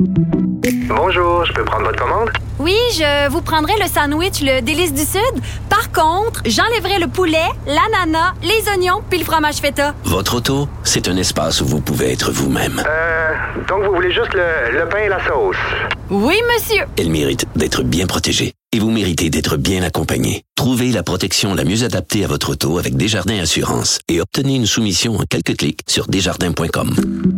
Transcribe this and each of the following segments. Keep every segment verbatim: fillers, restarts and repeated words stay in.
Bonjour, je peux prendre votre commande? Oui, je vous prendrai le sandwich, le délice du Sud. Par contre, j'enlèverai le poulet, l'ananas, les oignons puis le fromage feta. Votre auto, c'est un espace où vous pouvez être vous-même. Euh, donc vous voulez juste le, le pain et la sauce? Oui, monsieur. Elle mérite d'être bien protégée. Et vous méritez d'être bien accompagné. Trouvez la protection la mieux adaptée à votre auto avec Desjardins Assurance et obtenez une soumission en quelques clics sur desjardins point com.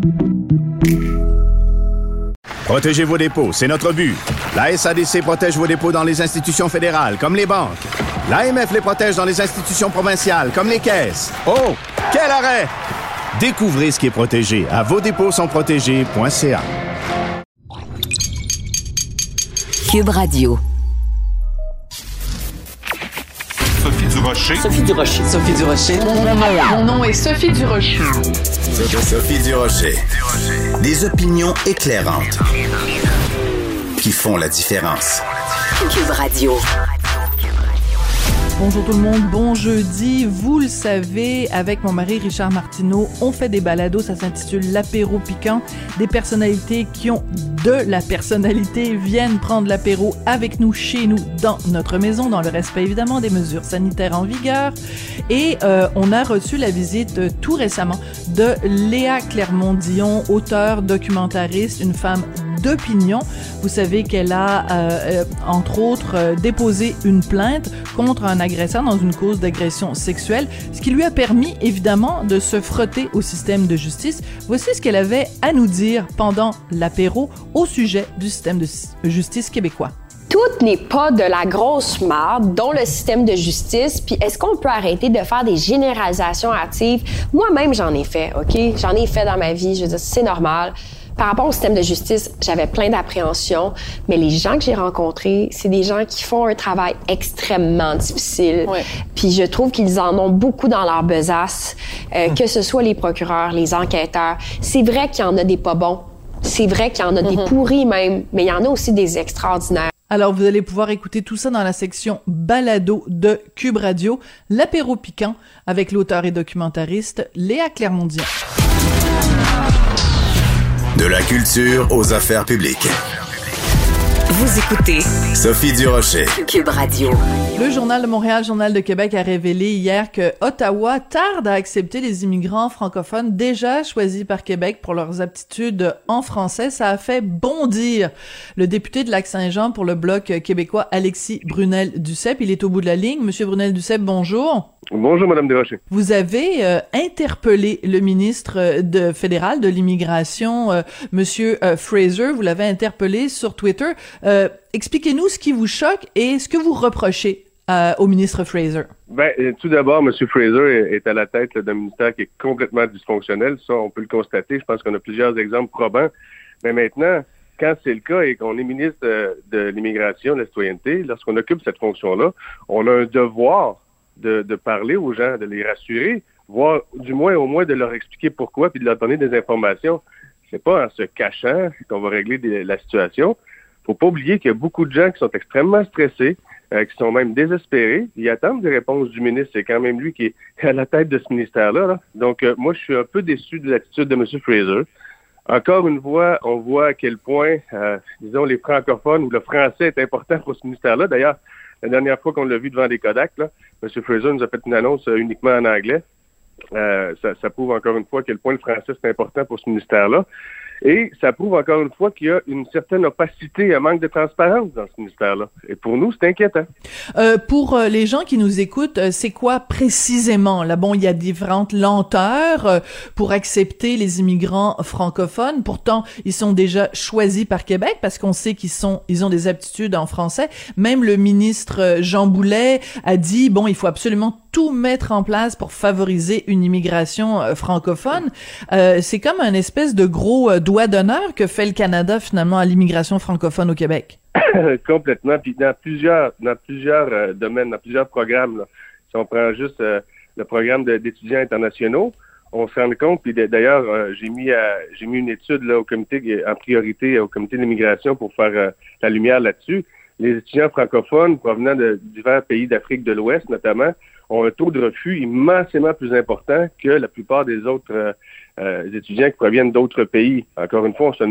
Protégez vos dépôts, c'est notre but. La S A D C protège vos dépôts dans les institutions fédérales, comme les banques. L'A M F les protège dans les institutions provinciales, comme les caisses. Oh, quel arrêt! Découvrez ce qui est protégé à vos dépôts sont protégés point c a. Cube Radio. Sophie Durocher. Sophie Durocher. Sophie Durocher. Mon nom est Sophie Durocher. Sophie Durocher. Des opinions éclairantes qui font la différence. Cube Radio. Bonjour tout le monde, bon jeudi. Vous le savez, avec mon mari Richard Martineau, on fait des balados, ça s'intitule l'apéro piquant. Des personnalités qui ont de la personnalité viennent prendre l'apéro avec nous, chez nous, dans notre maison, dans le respect évidemment des mesures sanitaires en vigueur. Et euh, on a reçu la visite euh, tout récemment de Léa Clermont-Dion, auteure, documentariste, une femme d'opinion. Vous savez qu'elle a, euh, euh, entre autres, euh, déposé une plainte contre un agresseur dans une cause d'agression sexuelle, ce qui lui a permis, évidemment, de se frotter au système de justice. Voici ce qu'elle avait à nous dire pendant l'apéro au sujet du système de justice québécois. Tout n'est pas de la grosse marde, dont le système de justice. Puis est-ce qu'on peut arrêter de faire des généralisations hâtives? Moi-même, j'en ai fait, OK? J'en ai fait dans ma vie. Je veux dire, c'est normal. Par rapport au système de justice, j'avais plein d'appréhensions, mais les gens que j'ai rencontrés, c'est des gens qui font un travail extrêmement difficile. Ouais. Puis je trouve qu'ils en ont beaucoup dans leur besace, euh, mmh. que ce soit les procureurs, les enquêteurs. C'est vrai qu'il y en a des pas bons. C'est vrai qu'il y en a mmh. des pourris même, mais il y en a aussi des extraordinaires. Alors, vous allez pouvoir écouter tout ça dans la section balado de Cube Radio, l'apéro piquant avec l'auteur et documentariste Léa Clermont-Dion. De la culture aux affaires publiques. Vous écoutez Sophie Durocher. Cube Radio. Le Journal de Montréal, Journal de Québec a révélé hier que Ottawa tarde à accepter les immigrants francophones déjà choisis par Québec pour leurs aptitudes en français. Ça a fait bondir le député de Lac-Saint-Jean pour le Bloc québécois, Alexis Brunel-Duceppe. Il est au bout de la ligne. Monsieur Brunel-Duceppe, bonjour. Bonjour, Madame Desrochers. Vous avez euh, interpellé le ministre de fédéral de l'immigration, euh, Monsieur euh, Fraser. Vous l'avez interpellé sur Twitter. Euh, expliquez-nous ce qui vous choque et ce que vous reprochez euh, au ministre Fraser. Ben, tout d'abord, M. Fraser est à la tête là, d'un ministère qui est complètement dysfonctionnel. Ça, on peut le constater. Je pense qu'on a plusieurs exemples probants. Mais maintenant, quand c'est le cas et qu'on est ministre de, de l'immigration, de la citoyenneté, lorsqu'on occupe cette fonction-là, on a un devoir de, de parler aux gens, de les rassurer, voire du moins au moins de leur expliquer pourquoi, puis de leur donner des informations. C'est pas en se cachant qu'on va régler des, la situation. Faut pas oublier qu'il y a beaucoup de gens qui sont extrêmement stressés, euh, qui sont même désespérés. Ils attendent des réponses du ministre. C'est quand même lui qui est à la tête de ce ministère-là. Là. Donc, euh, moi, je suis un peu déçu de l'attitude de M. Fraser. Encore une fois, on voit à quel point, euh, disons, les francophones ou le français est important pour ce ministère-là. D'ailleurs, la dernière fois qu'on l'a vu devant des Kodak, là, M. Fraser nous a fait une annonce euh, uniquement en anglais. Euh, ça, ça prouve encore une fois à quel point le français c'est important pour ce ministère-là. Et ça prouve encore une fois qu'il y a une certaine opacité, un manque de transparence dans ce ministère-là. Et pour nous, c'est inquiétant. Euh, pour euh, les gens qui nous écoutent, euh, c'est quoi précisément? Là, bon, il y a différentes lenteurs euh, pour accepter les immigrants francophones. Pourtant, ils sont déjà choisis par Québec parce qu'on sait qu'ils sont, ils ont des aptitudes en français. Même le ministre Jean Boulet a dit, bon, il faut absolument tout mettre en place pour favoriser une immigration euh, francophone. Euh, c'est comme un espèce de gros euh, doigt d'honneur que fait le Canada finalement à l'immigration francophone au Québec. Complètement. Puis dans plusieurs, dans plusieurs euh, domaines, dans plusieurs programmes, là, si on prend juste euh, le programme de, d'étudiants internationaux, on se rend compte. Puis d'ailleurs, euh, j'ai mis à, j'ai mis une étude là au comité en priorité au comité de l'immigration pour faire euh, la lumière là-dessus. Les étudiants francophones provenant de divers pays d'Afrique de l'Ouest, notamment, ont un taux de refus immensément plus important que la plupart des autres euh, euh, étudiants qui proviennent d'autres pays. Encore une fois, on se demande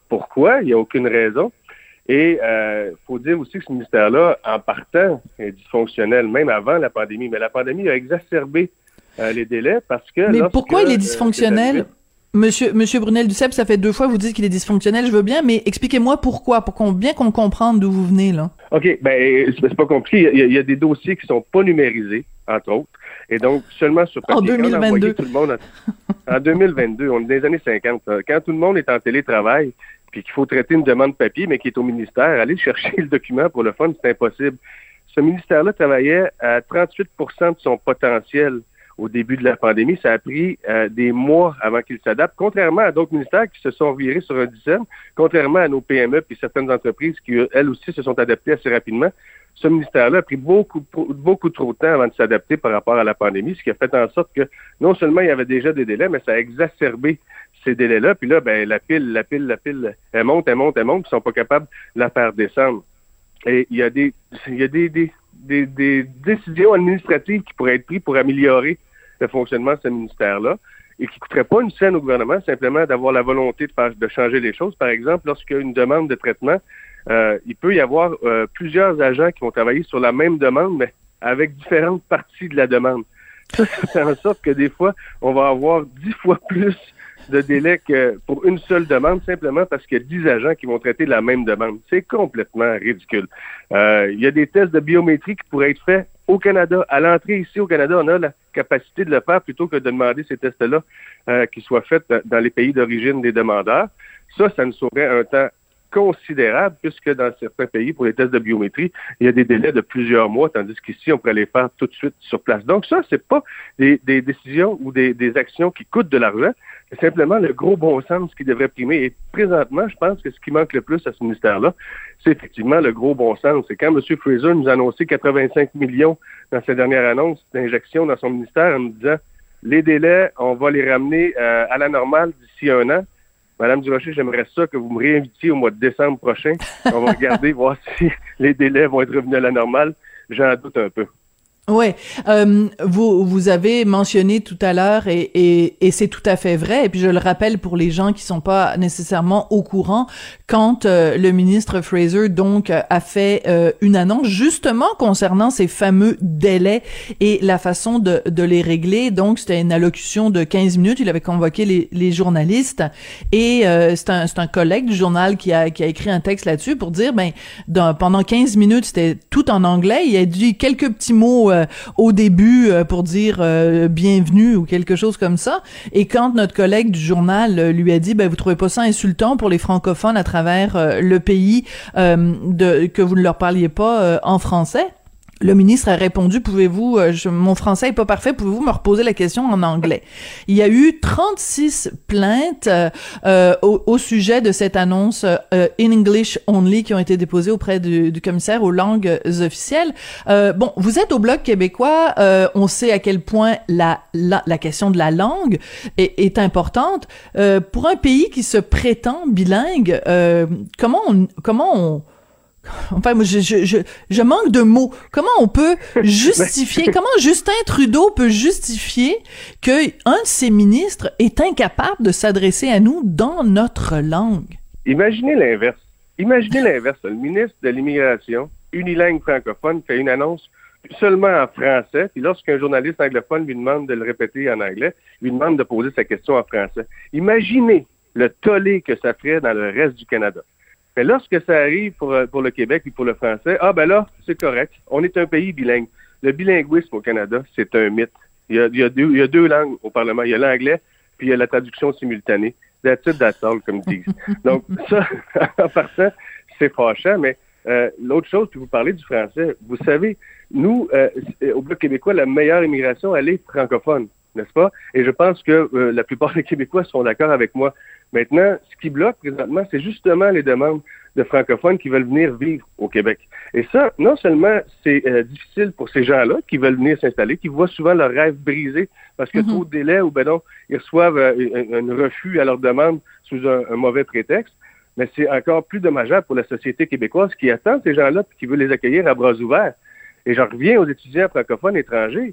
pourquoi, il n'y a aucune raison. Et il euh, faut dire aussi que ce ministère-là, en partant, est dysfonctionnel, même avant la pandémie. Mais la pandémie a exacerbé euh, les délais parce que... Mais lorsque, pourquoi il est dysfonctionnel? Euh, Monsieur, Monsieur Brunel-Duceppe, ça fait deux fois que vous dites qu'il est dysfonctionnel, je veux bien, mais expliquez-moi pourquoi, pour qu'on, bien qu'on comprenne d'où vous venez, là. OK, ben c'est pas compliqué. Il y, a, il y a des dossiers qui sont pas numérisés, entre autres, et donc seulement sur papier. En deux mille vingt-deux. Tout le monde en, en deux mille vingt-deux, on est dans les années cinquante. Quand tout le monde est en télétravail, puis qu'il faut traiter une demande papier, mais qui est au ministère, aller chercher le document pour le fun, c'est impossible. Ce ministère-là travaillait à trente-huit pour cent de son potentiel au début de la pandémie. Ça a pris euh, des mois avant qu'il s'adapte, contrairement à d'autres ministères qui se sont virés sur un dixième, contrairement à nos P M E puis certaines entreprises qui, elles aussi, se sont adaptées assez rapidement. Ce ministère-là a pris beaucoup, beaucoup trop de temps avant de s'adapter par rapport à la pandémie, ce qui a fait en sorte que non seulement il y avait déjà des délais, mais ça a exacerbé ces délais-là. Puis là, ben la pile, la pile, la pile, elle monte, elle monte, elle monte, puis ils sont pas capables de la faire descendre. Et il y a des, il y a des, des, des, des décisions administratives qui pourraient être prises pour améliorer le fonctionnement de ce ministère-là et qui ne coûterait pas une scène au gouvernement, simplement d'avoir la volonté de, faire, de changer les choses. Par exemple, lorsqu'il y a une demande de traitement, euh, il peut y avoir euh, plusieurs agents qui vont travailler sur la même demande, mais avec différentes parties de la demande. Ça, ça fait en sorte que des fois, on va avoir dix fois plus de délai que pour une seule demande, simplement parce qu'il y a dix agents qui vont traiter la même demande. C'est complètement ridicule. Euh, il y a des tests de biométrie qui pourraient être faits au Canada. À l'entrée ici au Canada, on a la capacité de le faire plutôt que de demander ces tests-là euh, qui soient faits dans les pays d'origine des demandeurs. Ça, ça nous sauverait un temps considérable, puisque dans certains pays, pour les tests de biométrie, il y a des délais de plusieurs mois, tandis qu'ici, on pourrait les faire tout de suite sur place. Donc ça, c'est pas des, des décisions ou des, des actions qui coûtent de l'argent, c'est simplement le gros bon sens qui devrait primer. Et présentement, je pense que ce qui manque le plus à ce ministère-là, c'est effectivement le gros bon sens. C'est quand M. Fraser nous a annoncé quatre-vingt-cinq millions dans sa dernière annonce d'injection dans son ministère en nous disant les délais, on va les ramener euh, à la normale d'ici un an. Madame Durocher, j'aimerais ça que vous me réinvitiez au mois de décembre prochain. On va regarder, voir si les délais vont être revenus à la normale. J'en doute un peu. Ouais, euh, vous vous avez mentionné tout à l'heure et, et et c'est tout à fait vrai. Et puis je le rappelle pour les gens qui sont pas nécessairement au courant, quand euh, le ministre Fraser donc a fait euh, une annonce justement concernant ces fameux délais et la façon de de les régler. Donc c'était une allocution de quinze minutes. Il avait convoqué les les journalistes et euh, c'est un c'est un collègue du journal qui a qui a écrit un texte là-dessus pour dire ben dans, pendant quinze minutes c'était tout en anglais. Il a dit quelques petits mots Euh, au début euh, pour dire euh, bienvenue ou quelque chose comme ça. Et quand notre collègue du journal euh, lui a dit ben vous trouvez pas ça insultant pour les francophones à travers euh, le pays euh, de que vous ne leur parliez pas euh, en français? Le ministre a répondu, pouvez-vous, euh, je, mon français est pas parfait, pouvez-vous me reposer la question en anglais? Il y a eu trente-six plaintes euh, euh, au, au sujet de cette annonce euh, in English only qui ont été déposées auprès du, du commissaire aux langues officielles. Euh, bon, vous êtes au Bloc québécois, euh, on sait à quel point la, la, la question de la langue est, est importante. Euh, pour un pays qui se prétend bilingue, euh, comment on, comment on Enfin, moi, je, je, je, je manque de mots. Comment on peut justifier, comment Justin Trudeau peut justifier que un de ses ministres est incapable de s'adresser à nous dans notre langue? Imaginez l'inverse. Imaginez l'inverse. Le ministre de l'Immigration, unilingue francophone, fait une annonce seulement en français, puis lorsqu'un journaliste anglophone lui demande de le répéter en anglais, lui demande de poser sa question en français. Imaginez le tollé que ça ferait dans le reste du Canada. Mais lorsque ça arrive pour, pour le Québec et pour le français, ah ben là, c'est correct. On est un pays bilingue. Le bilinguisme au Canada, c'est un mythe. Il y a, il y a, deux, il y a deux langues au Parlement. Il y a l'anglais, puis il y a la traduction simultanée. That's it, that's all, comme ils disent. Donc, ça, en partant, c'est fâchant, mais euh, l'autre chose, puis vous parlez du français. Vous savez, nous, euh, au Bloc québécois, la meilleure immigration, elle est francophone, n'est-ce pas? Et je pense que euh, la plupart des Québécois sont d'accord avec moi. Maintenant, ce qui bloque présentement, c'est justement les demandes de francophones qui veulent venir vivre au Québec. Et ça, non seulement c'est euh, difficile pour ces gens-là qui veulent venir s'installer, qui voient souvent leur rêve brisé parce que mm-hmm. trop de délai ou ben non, ils reçoivent euh, un, un refus à leur demande sous un, un mauvais prétexte, mais c'est encore plus dommageable pour la société québécoise qui attend ces gens-là et qui veut les accueillir à bras ouverts. Et j'en reviens aux étudiants francophones étrangers.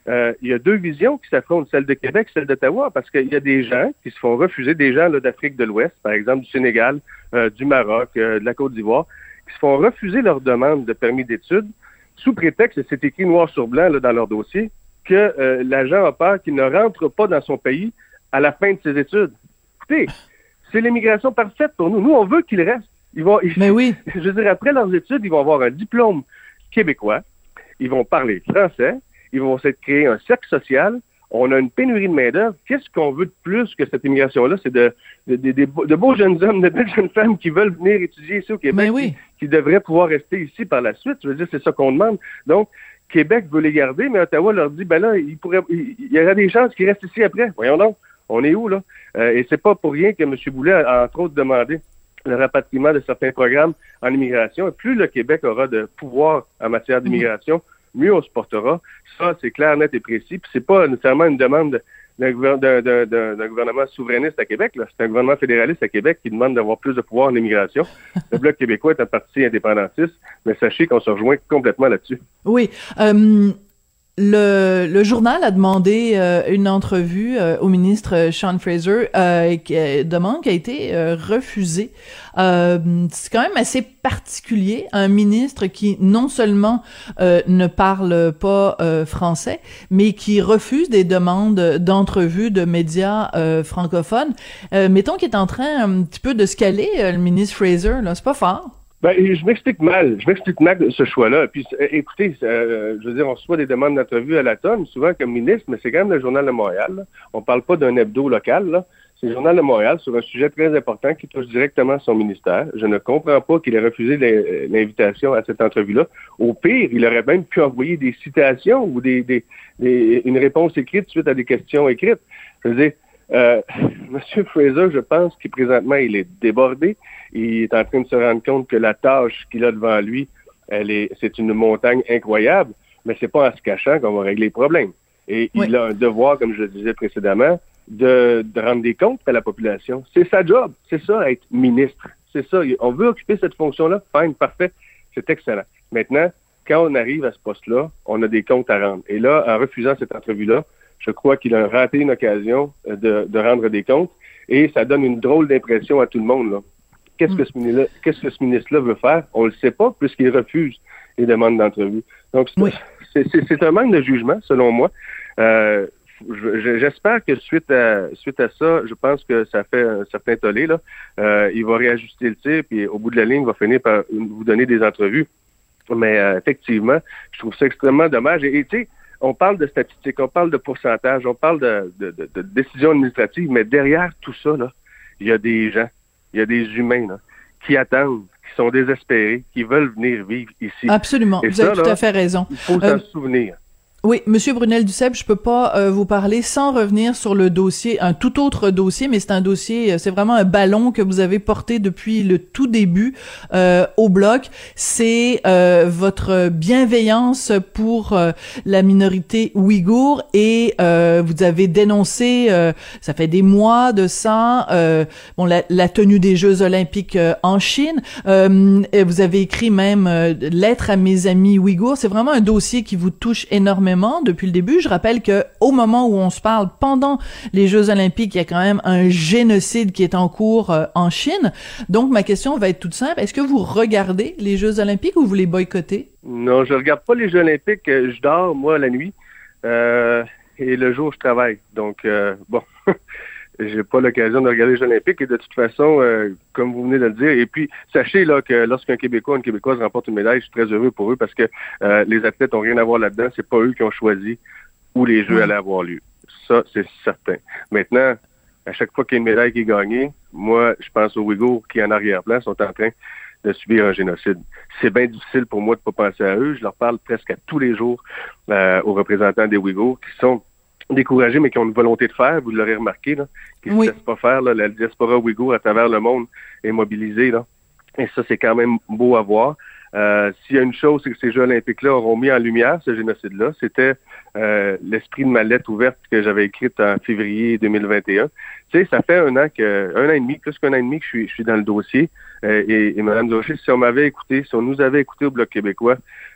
euh, il y a deux visions qui s'affrontent, celle de Québec, celle d'Ottawa, parce qu'il y a des gens qui se font refuser, des gens là, d'Afrique de l'Ouest, par exemple du Sénégal, euh, du Maroc, euh, de la Côte d'Ivoire, qui se font refuser leur demande de permis d'études sous prétexte, c'est écrit noir sur blanc là, dans leur dossier, que euh, l'agent a peur qu'il ne rentre pas dans son pays à la fin de ses études. Écoutez, c'est l'immigration parfaite pour nous. Nous, on veut qu'ils restent. Ils vont, ils, Mais oui. Je veux dire, après leurs études, ils vont avoir un diplôme québécois, ils vont parler français, ils vont s'être créés un cercle social, on a une pénurie de main-d'œuvre. Qu'est-ce qu'on veut de plus que cette immigration-là? C'est de, de, de, de, de beaux jeunes hommes, de belles jeunes femmes qui veulent venir étudier ici au Québec, oui. qui, qui devraient pouvoir rester ici par la suite. Je veux dire, c'est ça qu'on demande. Donc, Québec veut les garder, mais Ottawa leur dit, ben là, il pourrait, il, il y aura des chances qu'ils restent ici après. Voyons donc, on est où, là? Euh, et c'est pas pour rien que M. Boulet a, entre autres, demandé le rapatriement de certains programmes en immigration. Et plus le Québec aura de pouvoir en matière d'immigration, mieux on se portera. Ça, c'est clair, net et précis. Puis c'est pas nécessairement une demande d'un, gouver- d'un, d'un, d'un, d'un gouvernement souverainiste à Québec. Là. C'est un gouvernement fédéraliste à Québec qui demande d'avoir plus de pouvoir en immigration. Le Bloc québécois est un parti indépendantiste, mais sachez qu'on se rejoint complètement là-dessus. Oui. Euh... Le, le journal a demandé euh, une entrevue euh, au ministre Sean Fraser, euh, qui, euh, demande qui a été euh, refusée. Euh, c'est quand même assez particulier, un ministre qui non seulement euh, ne parle pas euh, français, mais qui refuse des demandes d'entrevue de médias euh, francophones. Euh, mettons qu'il est en train un petit peu de se caler, euh, le ministre Fraser, là, c'est pas fort. Ben, je m'explique mal. Je m'explique mal ce choix-là. Puis, écoutez, euh, je veux dire, on reçoit des demandes d'entrevue à la tonne, souvent comme ministre, mais c'est quand même le Journal de Montréal. Là. On parle pas d'un hebdo local, là. C'est le Journal de Montréal sur un sujet très important qui touche directement son ministère. Je ne comprends pas qu'il ait refusé l'invitation à cette entrevue-là. Au pire, il aurait même pu envoyer des citations ou des, des, des une réponse écrite suite à des questions écrites. Je veux dire, Euh, M. Fraser, je pense qu'il présentement, il est débordé. Il est en train de se rendre compte que la tâche qu'il a devant lui, elle est, c'est une montagne incroyable, mais c'est pas en se cachant qu'on va régler les problèmes. Et oui. Il a un devoir, comme je le disais précédemment, de, de rendre des comptes à la population. C'est sa job. C'est ça, être ministre. C'est ça. On veut occuper cette fonction-là. Fine, parfait. C'est excellent. Maintenant, quand on arrive à ce poste-là, on a des comptes à rendre. Et là, en refusant cette entrevue-là, je crois qu'il a raté une occasion de, de rendre des comptes et ça donne une drôle d'impression à tout le monde. Là. Qu'est-ce, mm. que ce ministre-là, qu'est-ce que ce ministre-là veut faire? On ne le sait pas puisqu'il refuse les demandes d'entrevue. Donc, c'est, oui. c'est, c'est, c'est un manque de jugement, selon moi. Euh, je, j'espère que suite à, suite à ça, je pense que ça fait un certain tollé. Là. Euh, il va réajuster le tir puis au bout de la ligne, il va finir par vous donner des entrevues. Mais euh, effectivement, je trouve ça extrêmement dommage. Et tu sais, on parle de statistiques, on parle de pourcentage, on parle de, de, de, de décisions administratives, mais derrière tout ça, là, il y a des gens, il y a des humains là, qui attendent, qui sont désespérés, qui veulent venir vivre ici. Absolument, Et vous ça, avez tout là, à fait raison. Il faut euh... s'en souvenir. Oui, Monsieur Brunel-Duceppe, je peux pas euh, vous parler sans revenir sur le dossier, un tout autre dossier, mais c'est un dossier, c'est vraiment un ballon que vous avez porté depuis le tout début euh, au Bloc. C'est euh, votre bienveillance pour euh, la minorité ouïghour et euh, vous avez dénoncé, euh, ça fait des mois de ça, euh, bon la, la tenue des Jeux Olympiques euh, en Chine. Euh, vous avez écrit même euh, lettre à mes amis ouïghours. C'est vraiment un dossier qui vous touche énormément depuis le début. Je rappelle que au moment où on se parle, pendant les Jeux Olympiques, il y a quand même un génocide qui est en cours euh, en Chine. Donc, ma question va être toute simple. Est-ce que vous regardez les Jeux Olympiques ou vous les boycottez? Non, je regarde pas les Jeux Olympiques. Je dors, moi, la nuit. Euh, et le jour, je travaille. Donc, euh, bon... j'ai pas l'occasion de regarder les Jeux Olympiques et de toute façon, euh, comme vous venez de le dire, et puis sachez là que lorsqu'un Québécois ou une Québécoise remporte une médaille, je suis très heureux pour eux parce que euh, les athlètes ont rien à voir là-dedans, c'est pas eux qui ont choisi où les Jeux allaient avoir lieu. Ça, c'est certain. Maintenant, à chaque fois qu'il y a une médaille qui est gagnée, moi, je pense aux Ouïghours qui, en arrière-plan, sont en train de subir un génocide. C'est bien difficile pour moi de pas penser à eux. Je leur parle presque à tous les jours euh, aux représentants des Ouïghours qui sont découragés, mais qui ont une volonté de faire, vous l'aurez remarqué, là, qui ne oui. se laissent pas faire. Là, la diaspora ouïghour à travers le monde est mobilisée. Là, et ça, c'est quand même beau à voir. Euh, s'il y a une chose, c'est que ces Jeux olympiques-là auront mis en lumière ce génocide-là. C'était euh, l'esprit de ma lettre ouverte que j'avais écrite en février deux mille vingt et un. Tu sais, ça fait un an que, un an et demi, plus qu'un an et demi que je suis, je suis dans le dossier. Euh, et, et Mme Durocher, si on m'avait écouté, si on nous avait écouté au Bloc québécois,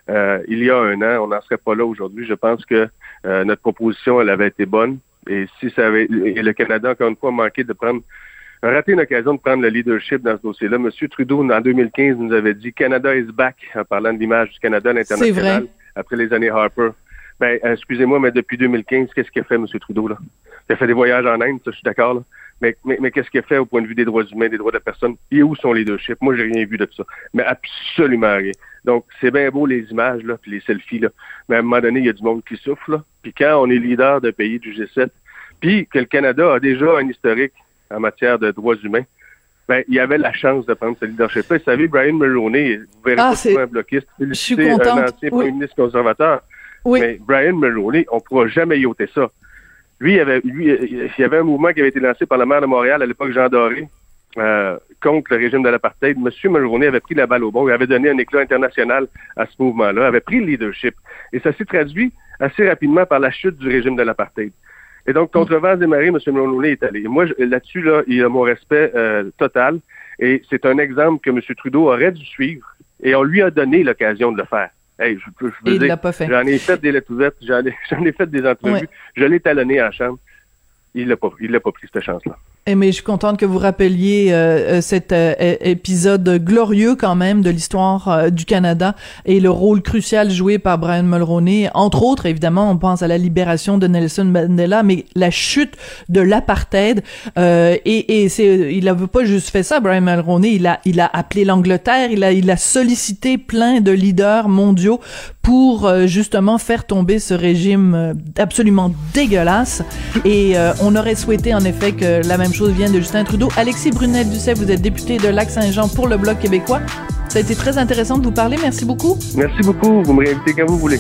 euh, il y a un an, on n'en serait pas là aujourd'hui. Je pense que euh, notre proposition, elle avait été bonne. Et si ça avait, et le Canada, encore une fois, a manqué de prendre, a raté une occasion de prendre le leadership dans ce dossier-là. Monsieur Trudeau, en deux mille quinze, nous avait dit « Canada is back » en parlant de l'image du Canada à l'international après les années Harper. Ben, excusez-moi, mais depuis deux mille quinze, qu'est-ce qu'il a fait, M. Trudeau, là? Il a fait des voyages en Inde, ça, je suis d'accord, là. Mais, mais, mais qu'est-ce qu'il a fait au point de vue des droits humains, des droits de la personne? Et où son leadership? Moi, j'ai rien vu de ça. Mais absolument rien. Donc, c'est bien beau les images, là, puis les selfies, là. Mais à un moment donné, il y a du monde qui souffre, là. Puis quand on est leader d'un pays du G sept, puis que le Canada a déjà un historique en matière de droits humains, ben, il y avait la chance de prendre ce leadership-là. Vous savez, Brian Mulroney, vous verrez ah, pas c'est... un bloquiste, je suis contente. Un ancien oui. premier ministre conservateur. Oui. Mais Brian Mulroney, on ne pourra jamais y ôter ça. Lui, il y avait, lui, il y avait un mouvement qui avait été lancé par le maire de Montréal à l'époque, Jean Doré, euh, contre le régime de l'apartheid. Monsieur Mulroney avait pris la balle au bon, il avait donné un éclat international à ce mouvement-là, avait pris le leadership. Et ça s'est traduit assez rapidement par la chute du régime de l'apartheid. Et donc, contre vents et marées, M. Mulroney est allé. Moi, je, là-dessus, là, il a mon respect euh, total. Et c'est un exemple que M. Trudeau aurait dû suivre. Et on lui a donné l'occasion de le faire. Hey, je, je veux et dire, il l'a pas fait. J'en ai fait des lettres ouvertes, j'en ai, j'en ai fait des entrevues, ouais. Je l'ai talonné en chambre. Il l'a pas, il l'a pas pris, cette chance-là. Eh, mais je suis contente que vous rappeliez euh, cet euh, épisode glorieux quand même de l'histoire euh, du Canada et le rôle crucial joué par Brian Mulroney. Entre autres, évidemment, on pense à la libération de Nelson Mandela, mais la chute de l'apartheid. Euh, et, et c'est, il n'avait pas juste fait ça, Brian Mulroney. Il a, il a appelé l'Angleterre, il a, il a sollicité plein de leaders mondiaux pour euh, justement faire tomber ce régime euh, absolument dégueulasse. Et euh, on aurait souhaité en effet que la même chose vient de Justin Trudeau. Alexis Brunel-Duceppe, vous êtes député de Lac-Saint-Jean pour le Bloc québécois. Ça a été très intéressant de vous parler. Merci beaucoup. Merci beaucoup. Vous me réinvitez quand vous voulez.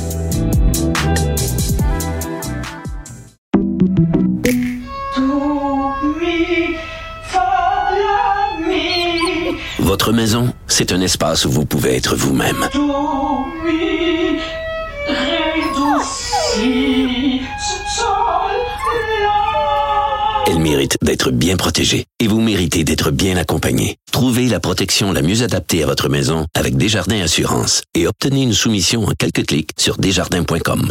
Votre maison, c'est un espace où vous pouvez être vous-même. Elle mérite d'être bien protégée et vous méritez d'être bien accompagnée. Trouvez la protection la mieux adaptée à votre maison avec Desjardins Assurance et obtenez une soumission en quelques clics sur desjardins point com.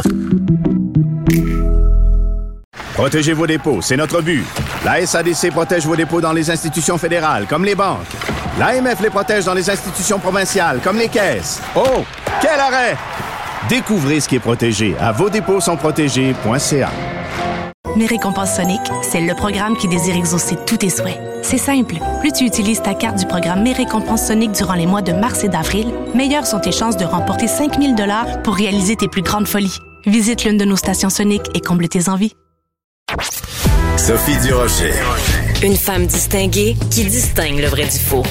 Protégez vos dépôts, c'est notre but. La S A D C protège vos dépôts dans les institutions fédérales, comme les banques. L'A M F les protège dans les institutions provinciales, comme les caisses. Oh, quel arrêt! Découvrez ce qui est protégé à vos dépôts sont protégés point c a. Mes récompenses Sonic, c'est le programme qui désire exaucer tous tes souhaits. C'est simple. Plus tu utilises ta carte du programme Mes récompenses Sonic durant les mois de mars et d'avril, meilleures sont tes chances de remporter cinq mille dollars pour réaliser tes plus grandes folies. Visite l'une de nos stations Sonic et comble tes envies. Sophie Durocher. Une femme distinguée qui distingue le vrai du faux.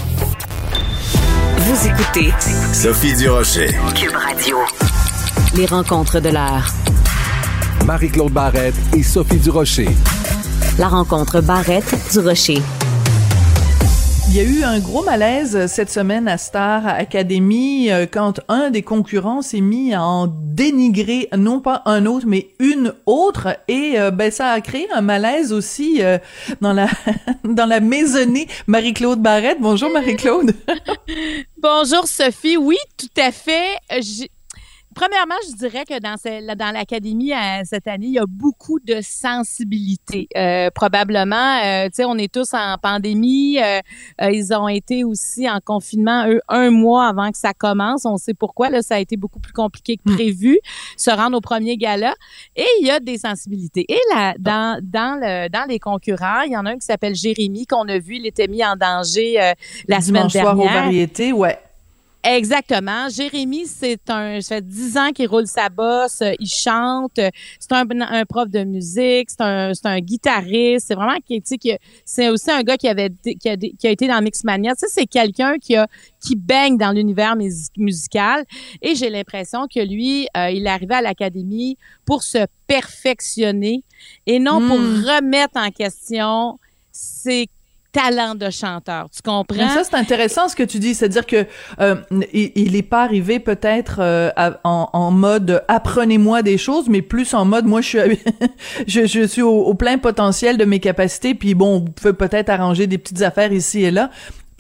Vous écoutez Sophie Durocher. Cube Radio. Les rencontres de l'heure. Marie-Claude Barrette et Sophie Durocher. La rencontre Barrette-Durocher. Il y a eu un gros malaise cette semaine à Star Academy quand un des concurrents s'est mis à en dénigrer non pas un autre mais une autre et euh, ben ça a créé un malaise aussi euh, dans la dans la maisonnée. Marie-Claude Barrette. Bonjour Marie-Claude. Bonjour Sophie. Oui, tout à fait. J'ai... Premièrement, je dirais que dans, ce, dans l'académie euh, cette année, il y a beaucoup de sensibilité. Euh, probablement, euh, tu sais, on est tous en pandémie. Euh, euh, ils ont été aussi en confinement, eux, un mois avant que ça commence. On sait pourquoi. Là, ça a été beaucoup plus compliqué que prévu, se rendre au premier gala. Et il y a des sensibilités. Et là, dans, dans, le, dans les concurrents, il y en a un qui s'appelle Jérémy, qu'on a vu, il était mis en danger euh, la Dimanche semaine dernière. Soir aux variétés, ouais. Exactement. Jérémy, c'est un, ça fait dix ans qu'il roule sa bosse, il chante, c'est un, un prof de musique, c'est un, c'est un guitariste, c'est vraiment, tu sais, qui, c'est aussi un gars qui avait, qui a, qui a été dans Mixmania. Tu sais, c'est quelqu'un qui a, qui baigne dans l'univers mus- musical. Et j'ai l'impression que lui, euh, il est arrivé à l'académie pour se perfectionner et non mmh. pour remettre en question ses talent de chanteur, tu comprends? Mais ça, c'est intéressant ce que tu dis, c'est-à-dire que euh, il, il est pas arrivé peut-être euh, à, en, en mode apprenez-moi des choses, mais plus en mode moi je suis je, je suis au, au plein potentiel de mes capacités, puis bon, vous pouvez peut-être arranger des petites affaires ici et là.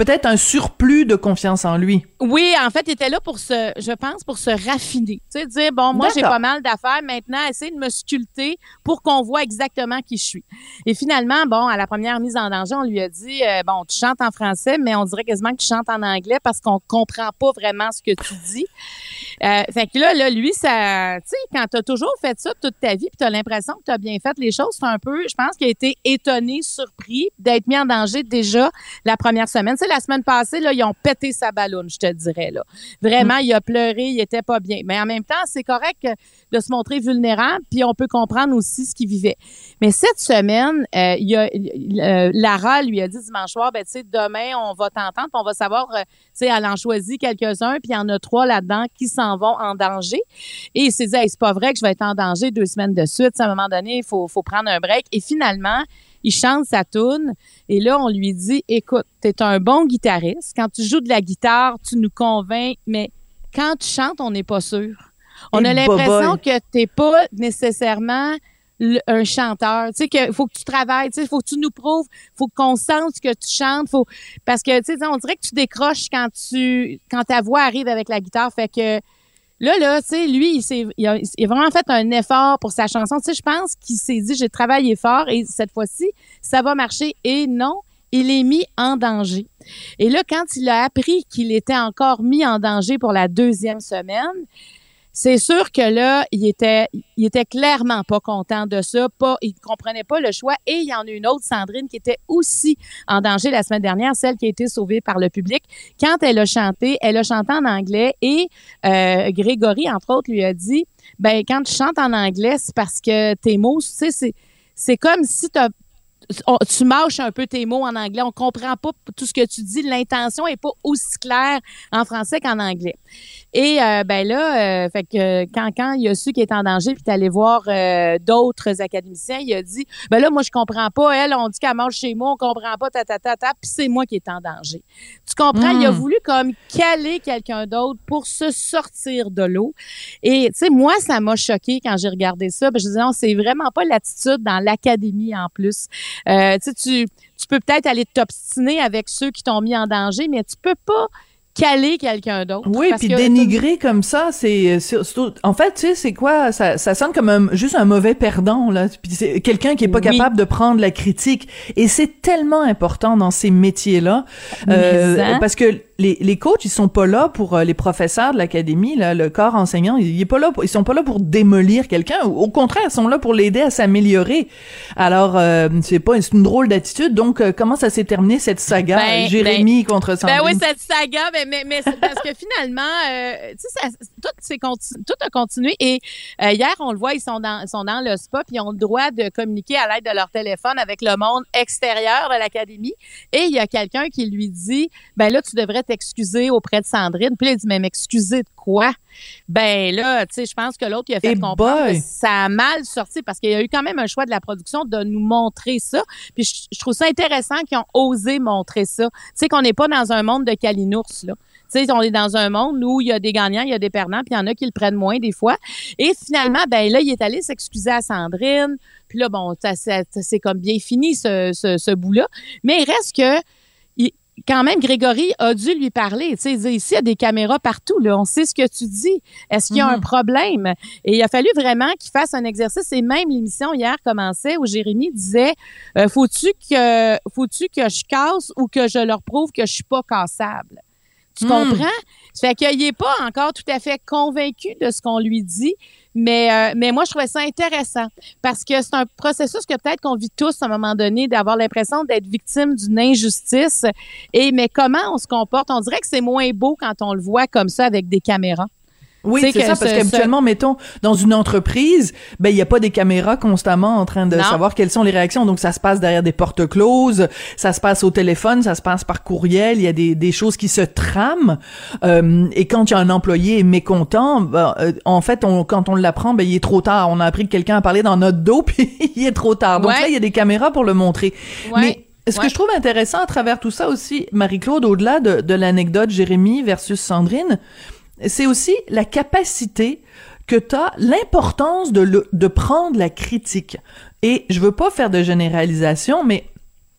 peut-être un surplus de confiance en lui. Oui, en fait, il était là pour se, je pense, pour se raffiner. Tu sais, dire, bon, moi, j'ai pas mal d'affaires, maintenant, essayer de me sculpter pour qu'on voit exactement qui je suis. Et finalement, bon, à la première mise en danger, on lui a dit, euh, bon, tu chantes en français, mais on dirait quasiment que tu chantes en anglais parce qu'on comprend pas vraiment ce que tu dis. Euh, fait que là, là, lui, ça, tu sais, quand t'as toujours fait ça toute ta vie puis t'as l'impression que t'as bien fait les choses, c'est un peu, je pense qu'il a été étonné, surpris d'être mis en danger déjà la première semaine. Tu sais, la semaine passée, là, ils ont pété sa balloune, je te dirais, là. Vraiment, mm. il a pleuré, il était pas bien. Mais en même temps, c'est correct de se montrer vulnérable, puis on peut comprendre aussi ce qu'il vivait. Mais cette semaine, euh, il y a, euh, Lara lui a dit dimanche soir, ben, tu sais, demain, on va t'entendre, puis on va savoir, euh, tu sais, elle en choisit quelques-uns, puis il y en a trois là-dedans qui s'en vont en danger. Et il s'est dit, hey, c'est pas vrai que je vais être en danger deux semaines de suite. À un moment donné, il faut, faut prendre un break. Et finalement, il chante sa toune. Et là, on lui dit, écoute, t'es un bon guitariste. Quand tu joues de la guitare, tu nous convaincs, mais quand tu chantes, on n'est pas sûr. On Et a l'impression boboy. que t'es pas nécessairement le, un chanteur. Tu sais, qu'il faut que tu travailles, tu sais, faut que tu nous prouves, faut qu'on sente ce que tu chantes, faut, parce que, tu sais, on dirait que tu décroches quand tu, quand ta voix arrive avec la guitare. Fait que, là, là, tu sais, lui, il, s'est, il, a, il a vraiment fait un effort pour sa chanson. Tu sais, je pense qu'il s'est dit, j'ai travaillé fort et cette fois-ci, ça va marcher. Et non, il est mis en danger. Et là, quand il a appris qu'il était encore mis en danger pour la deuxième semaine, c'est sûr que là, il était, il était clairement pas content de ça. Pas, il comprenait pas le choix. Et il y en a une autre, Sandrine, qui était aussi en danger la semaine dernière, celle qui a été sauvée par le public. Quand elle a chanté, elle a chanté en anglais et euh, Grégory, entre autres, lui a dit, ben quand tu chantes en anglais, c'est parce que tes mots, tu sais, c'est, c'est comme si t'as On, tu mâches un peu tes mots en anglais. On comprend pas tout ce que tu dis. L'intention est pas aussi claire en français qu'en anglais. Et euh, ben là, euh, fait que quand quand il a su qu'il était en danger, puis t'es allé voir euh, d'autres académiciens, il a dit, ben là, moi je comprends pas. Elle, on dit qu'elle mange chez moi, on comprend pas, ta ta ta ta, puis c'est moi qui est en danger. Tu comprends? Mm. Il a voulu comme caler quelqu'un d'autre pour se sortir de l'eau. Et tu sais, moi, ça m'a choqué quand j'ai regardé ça. Ben, je disais non, c'est vraiment pas l'attitude dans l'académie en plus. Euh, tu, tu peux peut-être aller t'obstiner avec ceux qui t'ont mis en danger, mais tu peux pas caler quelqu'un d'autre. Oui, puis dénigrer comme ça, c'est, c'est, c'est en fait, tu sais, c'est quoi, ça, ça sonne comme un, juste un mauvais perdant, là. Puis c'est quelqu'un qui est pas oui. capable de prendre la critique. Et c'est tellement important dans ces métiers-là, euh, hein? Parce que les, les coachs, ils sont pas là pour euh, les professeurs de l'académie, là, le corps enseignant, il est pas là, pour, ils sont pas là pour démolir quelqu'un. Au contraire, ils sont là pour l'aider à s'améliorer. Alors, euh, c'est pas, c'est une drôle d'attitude. Donc, euh, comment ça s'est terminé cette saga, ben, Jérémy ben, contre Sandrine? Ben oui, cette saga, ben, mais, mais c'est parce que finalement, euh, tu sais, tout, c'est continu, tout a continué. Et euh, hier, on le voit, ils sont dans, ils sont dans le spa, puis ils ont le droit de communiquer à l'aide de leur téléphone avec le monde extérieur de l'académie. Et il y a quelqu'un qui lui dit, ben là, tu devrais t'excuser auprès de Sandrine. Puis là, il dit, mais m'excuser de quoi? Ben là, tu sais, je pense que l'autre, il a fait hey comprendre boy. que ça a mal sorti parce qu'il y a eu quand même un choix de la production de nous montrer ça. Puis je, je trouve ça intéressant qu'ils ont osé montrer ça. Tu sais, qu'on n'est pas dans un monde de calinours, là. Tu sais, on est dans un monde où il y a des gagnants, il y a des perdants, puis il y en a qui le prennent moins des fois. Et finalement, ben là, il est allé s'excuser à Sandrine. Puis là, bon, ça, ça, ça, c'est comme bien fini, ce, ce, ce bout-là. Mais il reste que il, quand même, Grégory a dû lui parler. Tu sais, il dit, ici, il y a des caméras partout, là. On sait ce que tu dis. Est-ce qu'il y a mm-hmm. un problème? Et il a fallu vraiment qu'il fasse un exercice. Et même l'émission hier commençait où Jérémy disait, euh, faut-tu que, faut-tu que je casse ou que je leur prouve que je suis pas cassable? Tu mmh. comprends? Ça fait qu'il n'est pas encore tout à fait convaincu de ce qu'on lui dit, mais euh, mais moi, je trouvais ça intéressant parce que c'est un processus que peut-être qu'on vit tous à un moment donné, d'avoir l'impression d'être victime d'une injustice. Et mais comment on se comporte? On dirait que c'est moins beau quand on le voit comme ça avec des caméras. Oui, c'est ça, parce qu'habituellement, ce... mettons, dans une entreprise, ben, il n'y a pas des caméras constamment en train de non. savoir quelles sont les réactions. Donc, ça se passe derrière des portes closes, ça se passe au téléphone, ça se passe par courriel, il y a des, des choses qui se trament. Euh, et quand il y a un employé est mécontent, ben, euh, en fait, on, quand on l'apprend, ben, il est trop tard. On a appris que quelqu'un a parlé dans notre dos, puis il est trop tard. Donc ouais. là, il y a des caméras pour le montrer. Ouais. Mais ce ouais. que je trouve intéressant à travers tout ça aussi, Marie-Claude, au-delà de, de l'anecdote Jérémy versus Sandrine, c'est aussi la capacité que t'as, l'importance de, le, de prendre la critique. Et je veux pas faire de généralisation, mais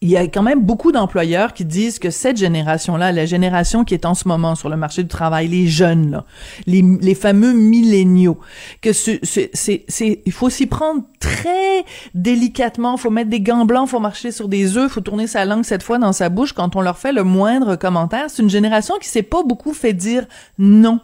il y a quand même beaucoup d'employeurs qui disent que cette génération-là, la génération qui est en ce moment sur le marché du travail, les jeunes, là, les, les fameux milléniaux, que c'est, c'est, c'est, c'est, il faut s'y prendre très délicatement, faut mettre des gants blancs, faut marcher sur des œufs, faut tourner sa langue cette fois dans sa bouche quand on leur fait le moindre commentaire. C'est une génération qui s'est pas beaucoup fait dire non.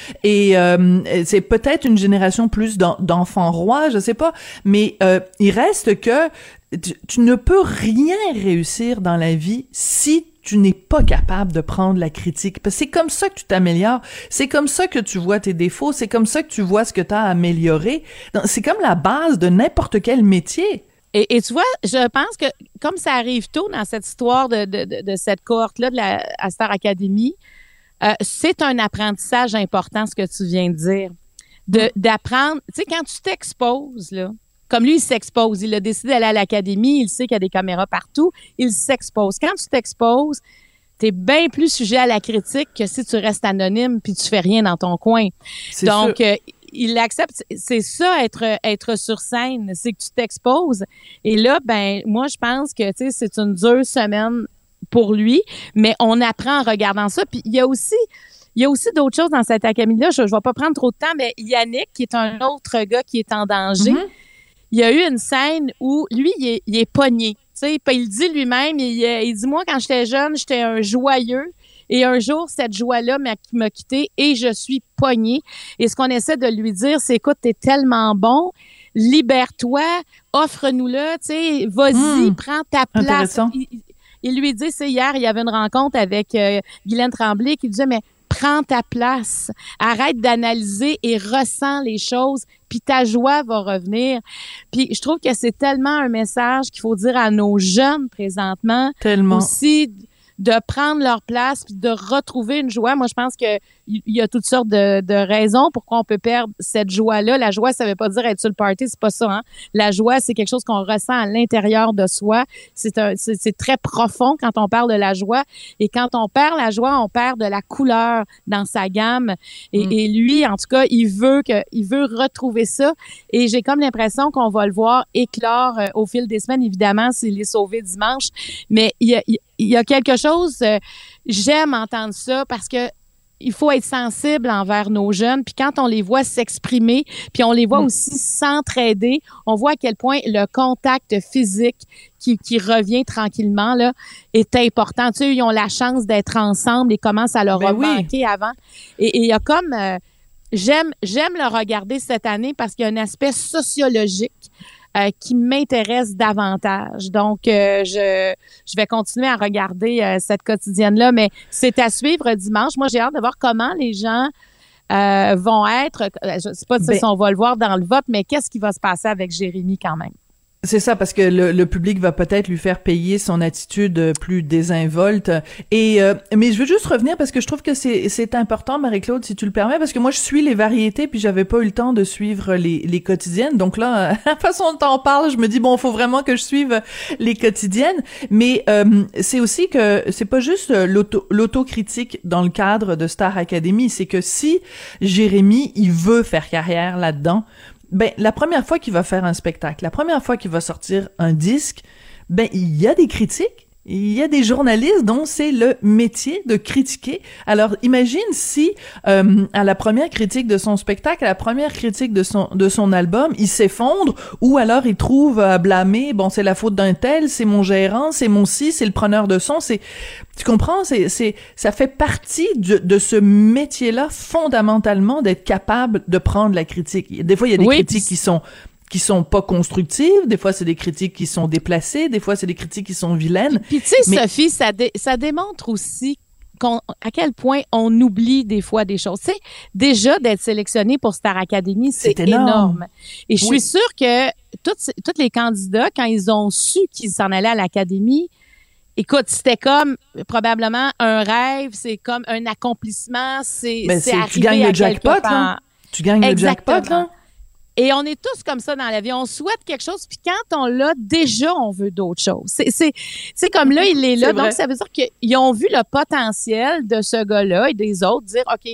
Et euh, c'est peut-être une génération plus d'en, d'enfants rois, je sais pas, mais euh, il reste que tu, tu ne peux rien réussir dans la vie si tu n'es pas capable de prendre la critique. Parce que c'est comme ça que tu t'améliores, c'est comme ça que tu vois tes défauts, c'est comme ça que tu vois ce que tu as amélioré. Donc, c'est comme la base de n'importe quel métier. Et, et tu vois, je pense que comme ça arrive tôt dans cette histoire de, de, de, de cette cohorte-là de la à Star Academy, Euh, c'est un apprentissage important, ce que tu viens de dire. De, d'apprendre, tu sais, quand tu t'exposes, là, comme lui, il s'expose, il a décidé d'aller à l'académie, il sait qu'il y a des caméras partout, il s'expose. Quand tu t'exposes, t'es bien plus sujet à la critique que si tu restes anonyme puis tu fais rien dans ton coin. C'est Donc, euh, il l'accepte. C'est ça, être être sur scène, c'est que tu t'exposes. Et là, ben, moi, je pense que, tu sais, c'est une dure semaine pour lui, mais on apprend en regardant ça. Puis il y a aussi, il y a aussi d'autres choses dans cette académie-là. Je ne vais pas prendre trop de temps, mais Yannick, qui est un autre gars qui est en danger, mm-hmm. il y a eu une scène où lui, il est, il est pogné. Tu sais, puis il dit lui-même, il, il dit, moi, quand j'étais jeune, j'étais un joyeux. Et un jour, cette joie-là m'a, m'a quitté et je suis pogné. Et ce qu'on essaie de lui dire, c'est, écoute, t'es tellement bon, libère-toi, offre-nous-le, tu sais, vas-y, mmh, prends ta place. Il, il lui dit, c'est hier, il y avait une rencontre avec euh, Guylaine Tremblay qui disait, mais prends ta place, arrête d'analyser et ressens les choses, puis ta joie va revenir. Puis je trouve que c'est tellement un message qu'il faut dire à nos jeunes présentement. Tellement. Aussi, de prendre leur place puis de retrouver une joie. Moi, je pense que il y a toutes sortes de, de raisons pourquoi on peut perdre cette joie-là. La joie, ça veut pas dire être sur le party, c'est pas ça, hein. La joie, c'est quelque chose qu'on ressent à l'intérieur de soi. C'est un, c'est, c'est très profond quand on parle de la joie. Et quand on perd la joie, on perd de la couleur dans sa gamme. Et, mm. et lui, en tout cas, il veut que, il veut retrouver ça. Et j'ai comme l'impression qu'on va le voir éclore euh, au fil des semaines, évidemment, s'il est sauvé dimanche. Mais il y a, il y a quelque chose, euh, j'aime entendre ça parce que il faut être sensible envers nos jeunes. Puis quand on les voit s'exprimer, puis on les voit mmh. aussi s'entraider, on voit à quel point le contact physique qui, qui revient tranquillement là est important. Tu sais, ils ont la chance d'être ensemble et comment ça leur ben a oui. manqué avant. Et il y a comme... Euh, j'aime, j'aime le regarder cette année parce qu'il y a un aspect sociologique Euh, qui m'intéresse davantage. Donc, euh, je, je vais continuer à regarder euh, cette quotidienne-là, mais c'est à suivre dimanche. Moi, j'ai hâte de voir comment les gens euh, vont être. Je ne sais pas si ben, on va le voir dans le vote, mais qu'est-ce qui va se passer avec Jérémy quand même? C'est ça, parce que le, le public va peut-être lui faire payer son attitude plus désinvolte. Et euh, mais je veux juste revenir parce que je trouve que c'est c'est important, Marie-Claude, si tu le permets, parce que moi je suis les variétés puis j'avais pas eu le temps de suivre les les quotidiennes. Donc là, à la façon dont t'en parles, je me dis bon, faut vraiment que je suive les quotidiennes. Mais euh, c'est aussi que c'est pas juste l'auto l'autocritique dans le cadre de Star Academy, c'est que si Jérémy il veut faire carrière là-dedans. Ben, la première fois qu'il va faire un spectacle, la première fois qu'il va sortir un disque, ben, il y a des critiques. Il y a des journalistes dont c'est le métier de critiquer. Alors, imagine si, euh, à la première critique de son spectacle, à la première critique de son de son album, il s'effondre ou alors il trouve à blâmer, bon, c'est la faute d'un tel, c'est mon gérant, c'est mon ci, c'est le preneur de son, c'est... Tu comprends? C'est, c'est, ça fait partie de, de ce métier-là, fondamentalement, d'être capable de prendre la critique. Des fois, il y a des oui, critiques qui sont... qui sont pas constructives, des fois c'est des critiques qui sont déplacées, des fois c'est des critiques qui sont vilaines. Puis tu sais, mais... Sophie, ça, dé- ça démontre aussi qu'on, à quel point on oublie des fois des choses. Tu sais, déjà d'être sélectionné pour Star Academy, c'est, c'est énorme. énorme. Et je oui. suis sûre que tous tous les candidats, quand ils ont su qu'ils s'en allaient à l'Académie, écoute, c'était comme probablement un rêve, c'est comme un accomplissement, c'est, ben, c'est, c'est arrivé tu gagnes à le jackpot, quelque part. Là. Tu gagnes Exactement. le jackpot, là. Et on est tous comme ça dans la vie. On souhaite quelque chose, puis quand on l'a, déjà, on veut d'autres choses. C'est, c'est, c'est comme là, il est là. C'est donc, vrai. Ça veut dire qu'ils ont vu le potentiel de ce gars-là et des autres dire, OK,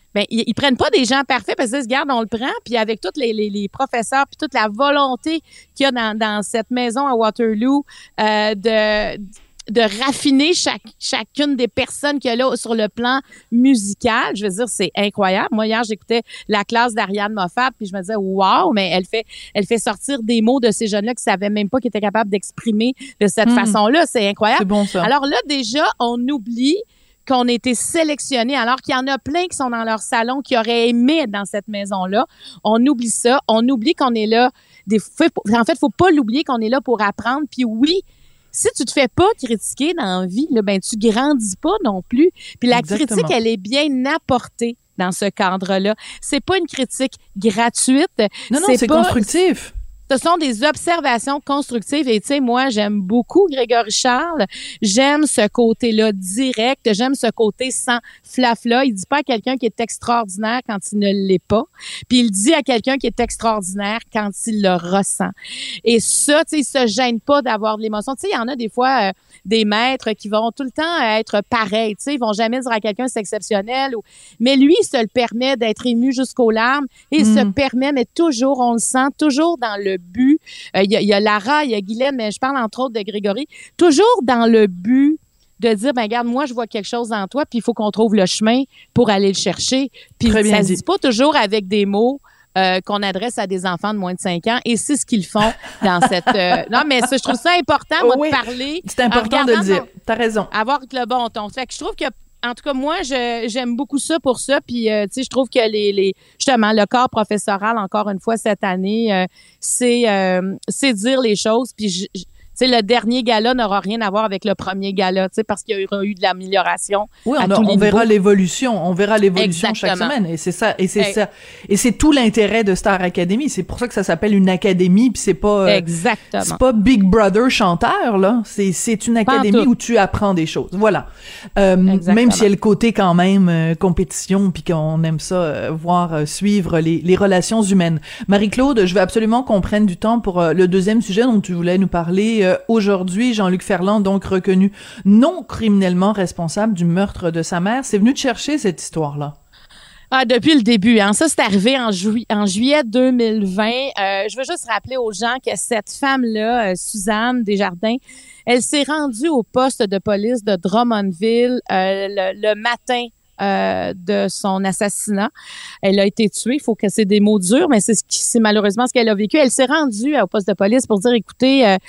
ben ils, ils prennent pas des gens parfaits parce qu'ils se gardent, on le prend, puis avec tous les, les, les professeurs, puis toute la volonté qu'il y a dans, dans cette maison à Waterloo euh, de de raffiner chaque, chacune des personnes qu'il y a là sur le plan musical. Je veux dire, c'est incroyable. Moi, hier, j'écoutais la classe d'Ariane Moffat, puis je me disais, wow, mais elle fait, elle fait sortir des mots de ces jeunes-là qui savaient même pas qu'ils étaient capables d'exprimer de cette mmh. façon-là. C'est incroyable. C'est bon, ça. Alors là, déjà, on oublie qu'on a été sélectionnés, alors qu'il y en a plein qui sont dans leur salon, qui auraient aimé être dans cette maison-là. On oublie ça. On oublie qu'on est là. Des, en fait, faut pas l'oublier qu'on est là pour apprendre. Puis oui, si tu te fais pas critiquer dans la vie, là, ben tu grandis pas non plus. Puis la Exactement. critique, elle est bien apportée dans ce cadre-là. C'est pas une critique gratuite. Non, non, c'est, c'est pas, constructif. Ce sont des observations constructives. Et tu sais, moi, j'aime beaucoup Grégory Charles. J'aime ce côté-là direct. J'aime ce côté sans flafla. Il dit pas à quelqu'un qui est extraordinaire quand il ne l'est pas. Puis il dit à quelqu'un qui est extraordinaire quand il le ressent. Et ça, tu sais, il se gêne pas d'avoir de l'émotion. Tu sais, il y en a des fois euh, des maîtres qui vont tout le temps être pareils. Tu sais, ils vont jamais dire à quelqu'un c'est exceptionnel. Ou... Mais lui, il se le permet d'être ému jusqu'aux larmes. Et il mmh. se permet, mais toujours, on le sent, toujours dans le but. Il euh, y, y a Lara, il y a Guylaine, mais je parle entre autres de Grégory. Toujours dans le but de dire, ben regarde, moi, je vois quelque chose en toi, puis il faut qu'on trouve le chemin pour aller le chercher. Puis ça se dit pas toujours avec des mots euh, qu'on adresse à des enfants de moins de cinq ans, et c'est ce qu'ils font dans cette... Euh... Non, mais ça, je trouve ça important, moi, oui, de parler. C'est important de le dire. T'as raison. Avoir le bon ton. Fait que je trouve que en tout cas, moi, je, j'aime beaucoup ça pour ça. Puis, euh, tu sais, je trouve que les, les, justement, le corps professoral, encore une fois, cette année, euh, c'est, euh, c'est dire les choses. Puis, je, je tu sais, le dernier gala n'aura rien à voir avec le premier gala, tu sais, parce qu'il y aura eu de l'amélioration. Oui, à on, a, tous les on verra niveaux. l'évolution, on verra l'évolution Exactement. chaque semaine, et c'est ça, et c'est hey. ça, et c'est tout l'intérêt de Star Academy. C'est pour ça que ça s'appelle une académie, puis c'est pas, euh, Exactement. c'est pas Big Brother chanteur là, c'est c'est une académie où tu apprends des choses. Voilà, euh, même s'il y a le côté quand même euh, compétition, puis qu'on aime ça euh, voir euh, suivre les les relations humaines. Marie-Claude, je veux absolument qu'on prenne du temps pour euh, le deuxième sujet dont tu voulais nous parler euh, aujourd'hui. Jean-Luc Ferland, donc reconnu non criminellement responsable du meurtre de sa mère. C'est venu te chercher cette histoire-là? Ah, depuis le début. Hein. Ça, c'est arrivé en, ju- en juillet deux mille vingt. Euh, je veux juste rappeler aux gens que cette femme-là, euh, Suzanne Desjardins, elle s'est rendue au poste de police de Drummondville euh, le, le matin Euh, de son assassinat. Elle a été tuée. Il faut que c'est des mots durs, mais c'est, ce qui, c'est malheureusement ce qu'elle a vécu. Elle s'est rendue au poste de police pour dire, écoutez, euh,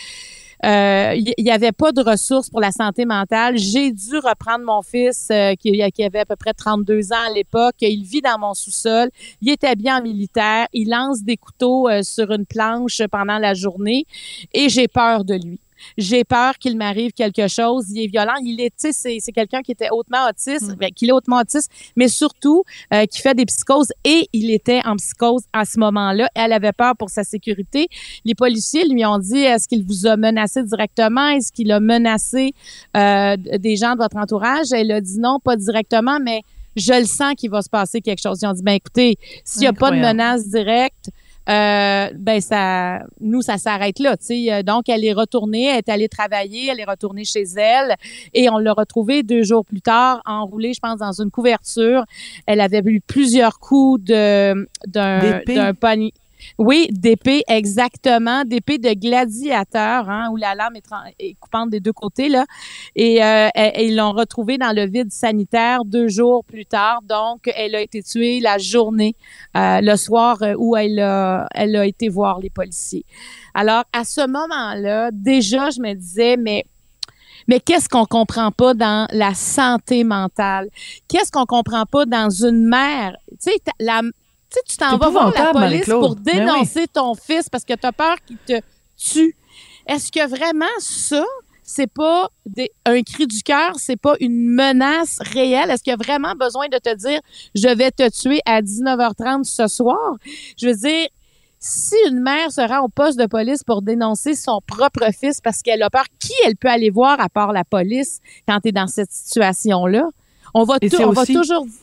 euh, il y, y avait pas de ressources pour la santé mentale. J'ai dû reprendre mon fils euh, qui, qui avait à peu près trente-deux ans à l'époque. Il vit dans mon sous-sol. Il est habillé en militaire. Il lance des couteaux euh, sur une planche pendant la journée et j'ai peur de lui. J'ai peur qu'il m'arrive quelque chose. Il est violent. Il est, tu sais, c'est, c'est quelqu'un qui était hautement autiste, mmh. ben, qu'il est hautement autiste, mais surtout euh, qui fait des psychoses. Et il était en psychose à ce moment-là. Elle avait peur pour sa sécurité. Les policiers lui ont dit, est-ce qu'il vous a menacé directement? Est-ce qu'il a menacé euh, des gens de votre entourage? Elle a dit non, pas directement, mais je le sens qu'il va se passer quelque chose. Ils ont dit, ben écoutez, s'il n'y a pas de menace directe, Euh, ben ça, nous ça s'arrête là, tu sais. Donc elle est retournée, elle est allée travailler, elle est retournée chez elle et on l'a retrouvée deux jours plus tard, enroulée, je pense, dans une couverture. Elle avait eu plusieurs coups de d'un d'un panier. Oui, d'épée, exactement, d'épée de gladiateur, hein, où la lame est, tra- est coupante des deux côtés, là. Et, euh, et, et ils l'ont retrouvée dans le vide sanitaire deux jours plus tard. Donc, elle a été tuée la journée, euh, le soir où elle a, elle a été voir les policiers. Alors, à ce moment-là, déjà, je me disais, mais Mais qu'est-ce qu'on comprend pas dans la santé mentale? Qu'est-ce qu'on comprend pas dans une mère? Tu sais, la Tu sais, tu t'en vas voir la police pour dénoncer oui. ton fils parce que tu as peur qu'il te tue. Est-ce que vraiment ça, c'est pas des, un cri du cœur, c'est pas une menace réelle? Est-ce qu'il y a vraiment besoin de te dire « je vais te tuer à dix-neuf heures trente ce soir ». Je veux dire, si une mère se rend au poste de police pour dénoncer son propre fils parce qu'elle a peur, qui elle peut aller voir à part la police quand tu es dans cette situation-là? On va, Et tout, c'est on aussi... va toujours...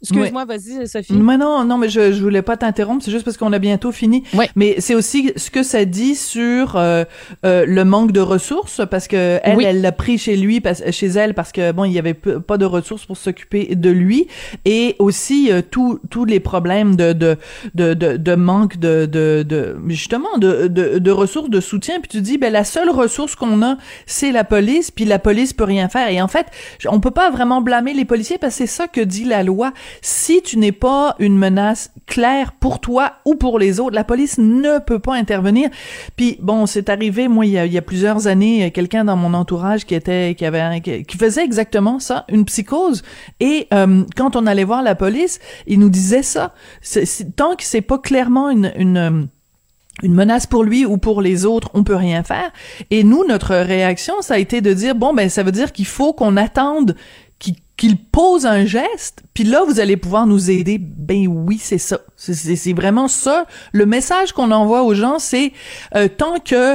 Excuse-moi, oui. Vas-y, Sophie. Mais non, non, mais je, je voulais pas t'interrompre, c'est juste parce qu'on a bientôt fini. Oui. Mais c'est aussi ce que ça dit sur euh, euh, le manque de ressources, parce que elle, oui. elle l'a pris chez lui, parce, chez elle, parce que bon, il y avait p- pas de ressources pour s'occuper de lui, et aussi euh, tous tous les problèmes de de de de, de manque de de de justement de, de de ressources, de soutien. Puis tu dis, ben la seule ressource qu'on a, c'est la police, puis la police peut rien faire. Et en fait, on peut pas vraiment blâmer les policiers, parce que c'est ça que dit la loi. Si tu n'es pas une menace claire pour toi ou pour les autres, la police ne peut pas intervenir. Puis bon, c'est arrivé, moi, il y a, il y a plusieurs années, quelqu'un dans mon entourage qui était, qui avait, qui faisait exactement ça, une psychose. Et euh, quand on allait voir la police, il nous disait ça. C'est, c'est, tant que c'est pas clairement une, une une menace pour lui ou pour les autres, on peut rien faire. Et nous, notre réaction, ça a été de dire, bon, ben, ça veut dire qu'il faut qu'on attende qu'il, qu'il pose un geste, puis là, vous allez pouvoir nous aider. Ben oui, c'est ça. C'est, c'est, c'est vraiment ça. Le message qu'on envoie aux gens, c'est euh, tant que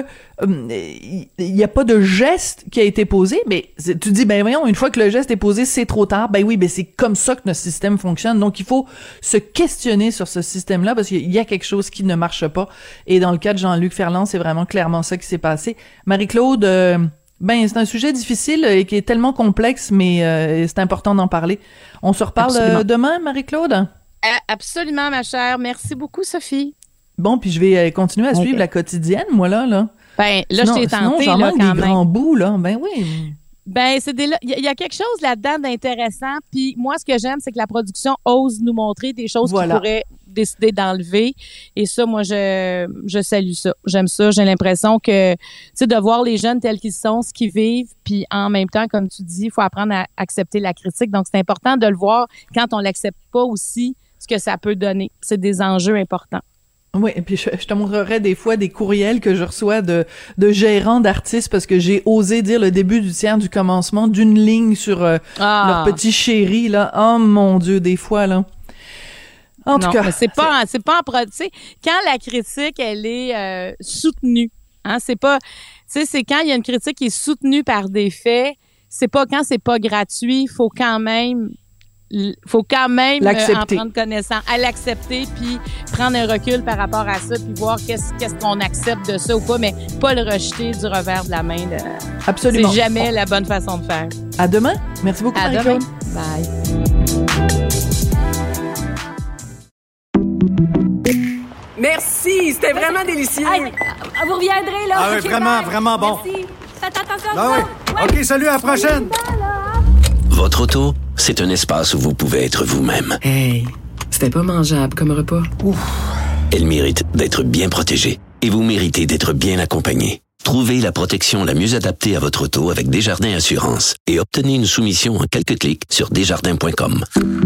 il euh, n'y a pas de geste qui a été posé, mais tu dis, ben voyons, une fois que le geste est posé, c'est trop tard. Ben oui, ben c'est comme ça que notre système fonctionne. Donc, il faut se questionner sur ce système-là, parce qu'il y a quelque chose qui ne marche pas. Et dans le cas de Jean-Luc Ferland, c'est vraiment clairement ça qui s'est passé. Marie-Claude, euh, ben c'est un sujet difficile et qui est tellement complexe, mais euh, c'est important d'en parler. On se reparle euh, demain, Marie-Claude? Absolument, ma chère. Merci beaucoup, Sophie. Bon, puis je vais continuer à suivre okay. la quotidienne, moi, là, là. Ben, là, sinon, je t'ai tenté, sinon, là, quand des même. grands bouts, là. Ben oui. Ben, c'est des, il y a quelque chose là-dedans d'intéressant. Puis moi, ce que j'aime, c'est que la production ose nous montrer des choses voilà. qu'ils pourraient décider d'enlever. Et ça, moi, je, je salue ça. J'aime ça. J'ai l'impression que, tu sais, de voir les jeunes tels qu'ils sont, ce qu'ils vivent, puis en même temps, comme tu dis, il faut apprendre à accepter la critique. Donc, c'est important de le voir quand on l'accepte pas aussi, ce que ça peut donner. C'est des enjeux importants. Oui, et puis je, je te montrerai des fois des courriels que je reçois de, de gérants d'artistes parce que j'ai osé dire le début du tiers du commencement d'une ligne sur euh, ah. leur petit chéri, là. Oh mon Dieu, des fois, là. En tout non, cas. Mais c'est pas, c'est pas en pro, tu sais, quand la critique, elle est euh, soutenue, hein, c'est pas, tu sais, c'est quand il y a une critique qui est soutenue par des faits, c'est pas quand c'est pas gratuit, il faut quand même faut quand même euh, en prendre connaissance, à l'accepter, puis prendre un recul par rapport à ça, puis voir qu'est-ce, qu'est-ce qu'on accepte de ça ou pas, mais pas le rejeter du revers de la main. De... Absolument. C'est jamais la bonne façon de faire. À demain. Merci beaucoup, à Marie-Claude. Demain. Bye. Merci, c'était vraiment délicieux. Hey, vous reviendrez, là. Ah oui, okay, vraiment, bye. vraiment bon. Merci. Faites attention ah à oui. ça. OK, salut, à la prochaine. Votre auto, c'est un espace où vous pouvez être vous-même. Hey, c'était pas mangeable comme repas. Ouf. Elle mérite d'être bien protégée et vous méritez d'être bien accompagné. Trouvez la protection la mieux adaptée à votre auto avec Desjardins Assurance et obtenez une soumission en quelques clics sur desjardins point com.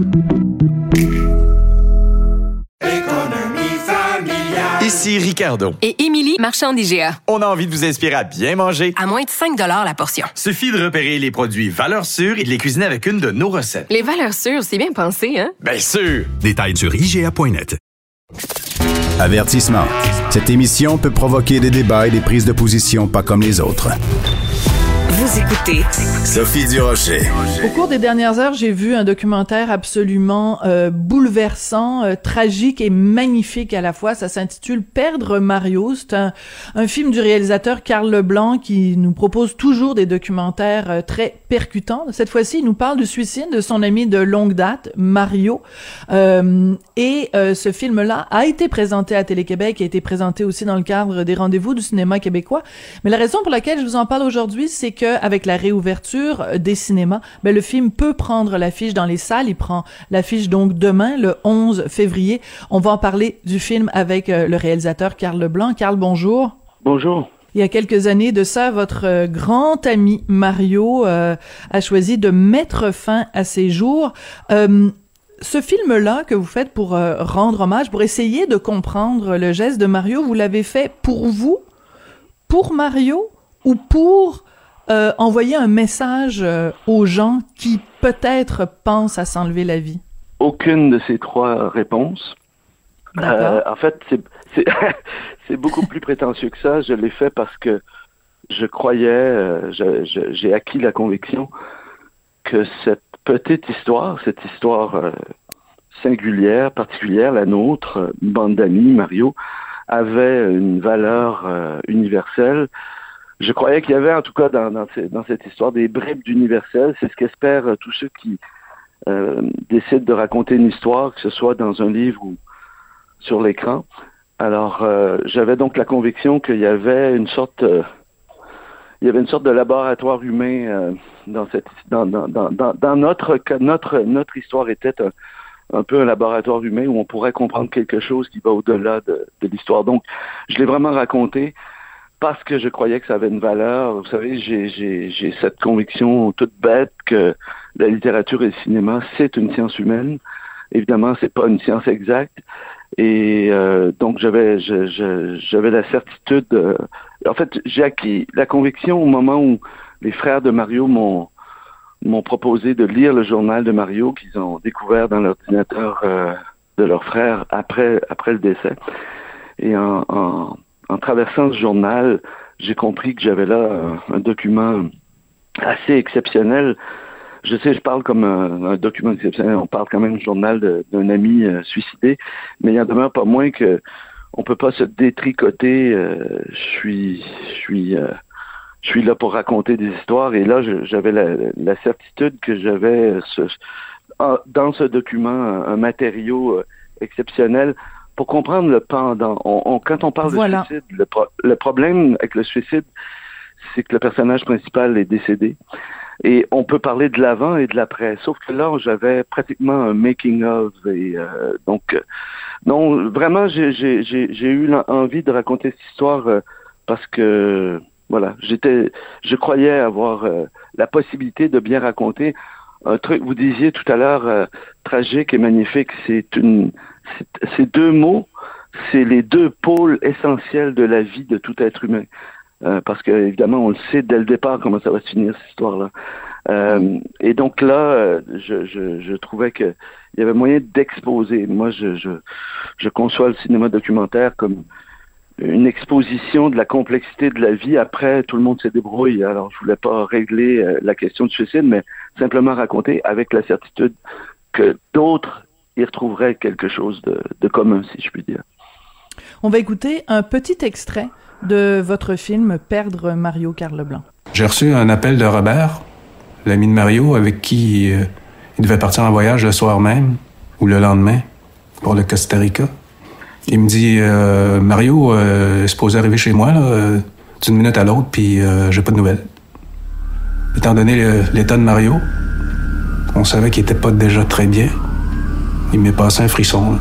Ici Ricardo. Et Émilie, marchand d'I G A. On a envie de vous inspirer à bien manger. À moins de cinq dollars la portion. Suffit de repérer les produits valeurs sûres et de les cuisiner avec une de nos recettes. Les valeurs sûres, c'est bien pensé, hein? Bien sûr! Détails sur I G A point net. Avertissement. Cette émission peut provoquer des débats et des prises de position pas comme les autres. Vous écoutez Sophie Durocher. Au cours des dernières heures, j'ai vu un documentaire absolument euh, bouleversant, euh, tragique et magnifique à la fois. Ça s'intitule Perdre Mario. C'est un, un film du réalisateur Carl Leblanc qui nous propose toujours des documentaires euh, très percutants. Cette fois-ci, il nous parle du suicide de son ami de longue date, Mario. Euh, et euh, ce film-là a été présenté à Télé-Québec, a été présenté aussi dans le cadre des rendez-vous du cinéma québécois. Mais la raison pour laquelle je vous en parle aujourd'hui, c'est que avec la réouverture des cinémas, ben le film peut prendre l'affiche dans les salles. Il prend l'affiche donc demain, le onze février. On va en parler du film avec euh, le réalisateur Carl Leblanc. Carl, bonjour. Bonjour. Il y a quelques années de ça, votre euh, grand ami Mario euh, a choisi de mettre fin à ses jours. Euh, ce film-là que vous faites pour euh, rendre hommage, pour essayer de comprendre le geste de Mario, vous l'avez fait pour vous, pour Mario, ou pour Euh, envoyer un message euh, aux gens qui peut-être pensent à s'enlever la vie? Aucune de ces trois réponses. Euh, en fait, c'est, c'est, c'est beaucoup plus prétentieux que ça. Je l'ai fait parce que je croyais, euh, je, je, j'ai acquis la conviction que cette petite histoire, cette histoire euh, singulière, particulière, la nôtre, une bande d'amis, Mario, avait une valeur euh, universelle. Je croyais qu'il y avait, en tout cas, dans, dans, ces, dans cette histoire, des bribes d'universel. C'est ce qu'espèrent euh, tous ceux qui euh, décident de raconter une histoire, que ce soit dans un livre ou sur l'écran. Alors, euh, j'avais donc la conviction qu'il y avait une sorte... Euh, il y avait une sorte de laboratoire humain euh, dans cette dans, dans, dans, dans notre notre notre histoire était un, un peu un laboratoire humain où on pourrait comprendre quelque chose qui va au-delà de, de l'histoire. Donc, je l'ai vraiment raconté parce que je croyais que ça avait une valeur. Vous savez, j'ai j'ai j'ai cette conviction toute bête que la littérature et le cinéma, c'est une science humaine. Évidemment, c'est pas une science exacte. Et euh, donc j'avais je, je, j'avais la certitude euh, en fait j'ai acquis la conviction au moment où les frères de Mario m'ont m'ont proposé de lire le journal de Mario qu'ils ont découvert dans l'ordinateur euh, de leur frère après après le décès. Et en, en, en traversant ce journal, j'ai compris que j'avais là un, un document assez exceptionnel. Je sais, je parle comme un, un document exceptionnel. On parle quand même du journal de, d'un ami euh, suicidé, mais il en demeure pas moins que on peut pas se détricoter. Euh, je suis, je suis, euh, je suis là pour raconter des histoires, et là, je, j'avais la, la certitude que j'avais ce, dans ce document un, un matériau euh, exceptionnel pour comprendre le pendant. On, on, quand on parle voilà. de suicide, le, pro, le problème avec le suicide, c'est que le personnage principal est décédé. Et on peut parler de l'avant et de l'après. Sauf que là, j'avais pratiquement un making of. Et euh, donc, euh, non, vraiment, j'ai, j'ai, j'ai, j'ai eu envie de raconter cette histoire euh, parce que, voilà, j'étais, je croyais avoir euh, la possibilité de bien raconter un truc. Vous disiez tout à l'heure, euh, tragique et magnifique. C'est une, c'est, ces deux mots, c'est les deux pôles essentiels de la vie de tout être humain. Euh, parce que évidemment on le sait dès le départ comment ça va se finir cette histoire-là. Euh, et donc là, euh, je, je, je trouvais que il y avait moyen d'exposer. Moi, je, je, je conçois le cinéma documentaire comme une exposition de la complexité de la vie. Après, tout le monde se débrouille. Alors, je voulais pas régler euh, la question du suicide, mais simplement raconter avec la certitude que d'autres y retrouveraient quelque chose de, de commun, si je puis dire. On va écouter un petit extrait de votre film « Perdre Mario Carl Leblanc ». J'ai reçu un appel de Robert, l'ami de Mario, avec qui euh, il devait partir en voyage le soir même, ou le lendemain, pour le Costa Rica. Il me dit euh, « Mario euh, est supposé arriver chez moi là, euh, d'une minute à l'autre, puis euh, j'ai pas de nouvelles. » Étant donné le, l'état de Mario, on savait qu'il était pas déjà très bien. Il m'est passé un frisson. Là.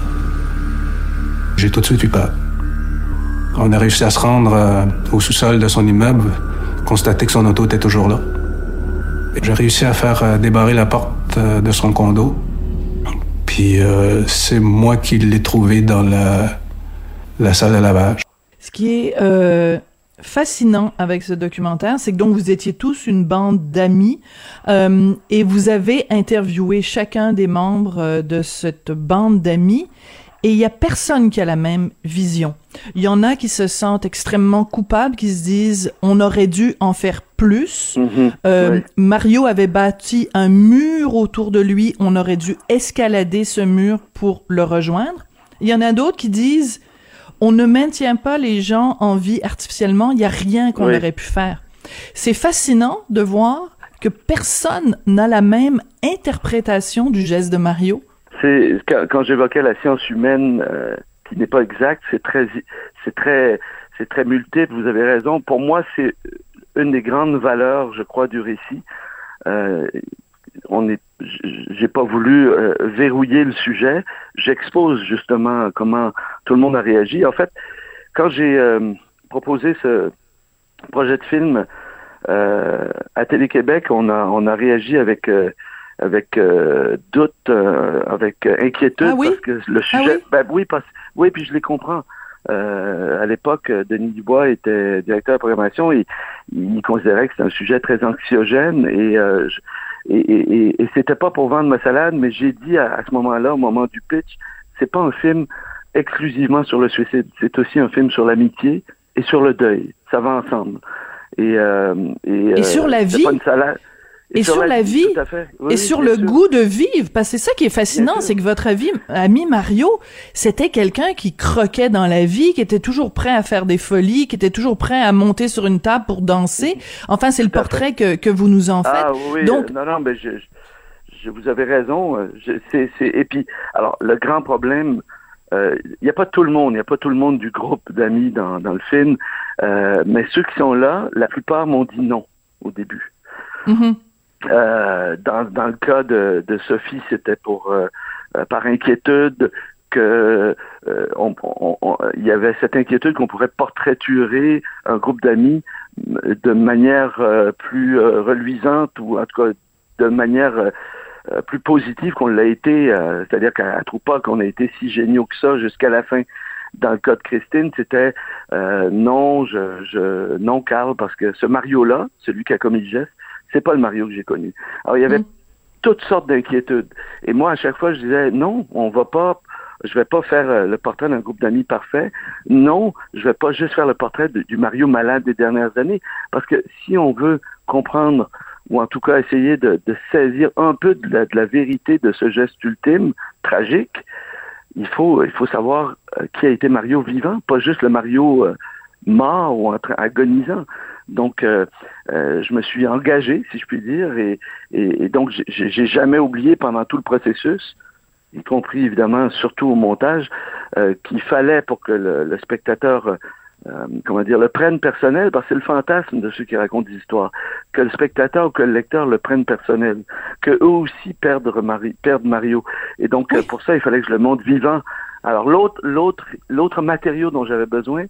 J'ai tout de suite eu peur. On a réussi à se rendre euh, au sous-sol de son immeuble, constater que son auto était toujours là. J'ai réussi à faire euh, débarrer la porte euh, de son condo. Puis euh, c'est moi qui l'ai trouvé dans la, la salle de lavage. Ce qui est euh, fascinant avec ce documentaire, c'est que donc vous étiez tous une bande d'amis euh, et vous avez interviewé chacun des membres euh, de cette bande d'amis. Et il y a personne qui a la même vision. Il y en a qui se sentent extrêmement coupables, qui se disent « on aurait dû en faire plus mm-hmm. ». Euh, ouais. Mario avait bâti un mur autour de lui, on aurait dû escalader ce mur pour le rejoindre. Il y en a d'autres qui disent « on ne maintient pas les gens en vie artificiellement, il n'y a rien qu'on ouais. aurait pu faire ». C'est fascinant de voir que personne n'a la même interprétation du geste de Mario. C'est quand, quand j'évoquais la science humaine euh, qui n'est pas exacte, c'est très, c'est très, c'est très multiple. Vous avez raison. Pour moi, c'est une des grandes valeurs, je crois, du récit. Euh, on est, j'ai pas voulu euh, verrouiller le sujet. J'expose justement comment tout le monde a réagi. En fait, quand j'ai euh, proposé ce projet de film euh, à Télé-Québec, on a, on a réagi avec euh, avec euh, doute, euh, avec euh, inquiétude, ah oui? Parce que le sujet... Ah oui? Ben oui, parce, oui, puis je les comprends. Euh, à l'époque, Denis Dubois était directeur de programmation et il considérait que c'était un sujet très anxiogène et, euh, je, et, et, et c'était pas pour vendre ma salade, mais j'ai dit à, à ce moment-là, au moment du pitch, c'est pas un film exclusivement sur le suicide, c'est aussi un film sur l'amitié et sur le deuil. Ça va ensemble. Et, euh, et, et euh, sur la vie? Pas une salade. Et, et sur, sur la, la vie, tout à fait. Oui, et oui, sur le sûr. goût de vivre, parce que c'est ça qui est fascinant, c'est que votre ami, ami Mario, c'était quelqu'un qui croquait dans la vie, qui était toujours prêt à faire des folies, qui était toujours prêt à monter sur une table pour danser. Enfin, c'est tout le portrait que, que vous nous en faites. Ah oui, Donc, euh, non, non, mais je, je, je vous avez raison. Je, c'est, c'est, et puis, alors, le grand problème, il euh, n'y a pas tout le monde, il n'y a pas tout le monde du groupe d'amis dans, dans le film, euh, mais ceux qui sont là, la plupart m'ont dit non au début. Mm-hmm. Euh, dans, dans le cas de, de Sophie, c'était pour euh, euh, par inquiétude que euh, on, on, on, il y avait cette inquiétude qu'on pourrait portraiturer un groupe d'amis de manière euh, plus euh, reluisante ou en tout cas de manière euh, plus positive qu'on l'a été, euh, c'est-à-dire qu'elle ne trouve pas qu'on a été si géniaux que ça jusqu'à la fin. Dans le cas de Christine, c'était euh, non, je, je non Carl, parce que ce Mario-là, celui qui a commis le geste, c'est pas le Mario que j'ai connu. Alors, il y avait mmh. toutes sortes d'inquiétudes. Et moi, à chaque fois, je disais, non, on va pas, je vais pas faire euh, le portrait d'un groupe d'amis parfait. Non, je vais pas juste faire le portrait de, du Mario malade des dernières années. Parce que si on veut comprendre, ou en tout cas essayer de, de saisir un peu de la, de la vérité de ce geste ultime, tragique, il faut, il faut savoir euh, qui a été Mario vivant, pas juste le Mario euh, mort ou en train, agonisant. Donc, euh, euh, je me suis engagé, si je puis dire, et, et, et donc j'ai, j'ai jamais oublié pendant tout le processus, y compris évidemment surtout au montage, euh, qu'il fallait pour que le, le spectateur, euh, comment dire, le prenne personnel, parce que c'est le fantasme de ceux qui racontent des histoires, que le spectateur ou que le lecteur le prenne personnel, que eux aussi perdent, Mari, perdent Mario. Et donc, oui. pour ça, il fallait que je le montre vivant. Alors, l'autre, l'autre, l'autre matériau dont j'avais besoin,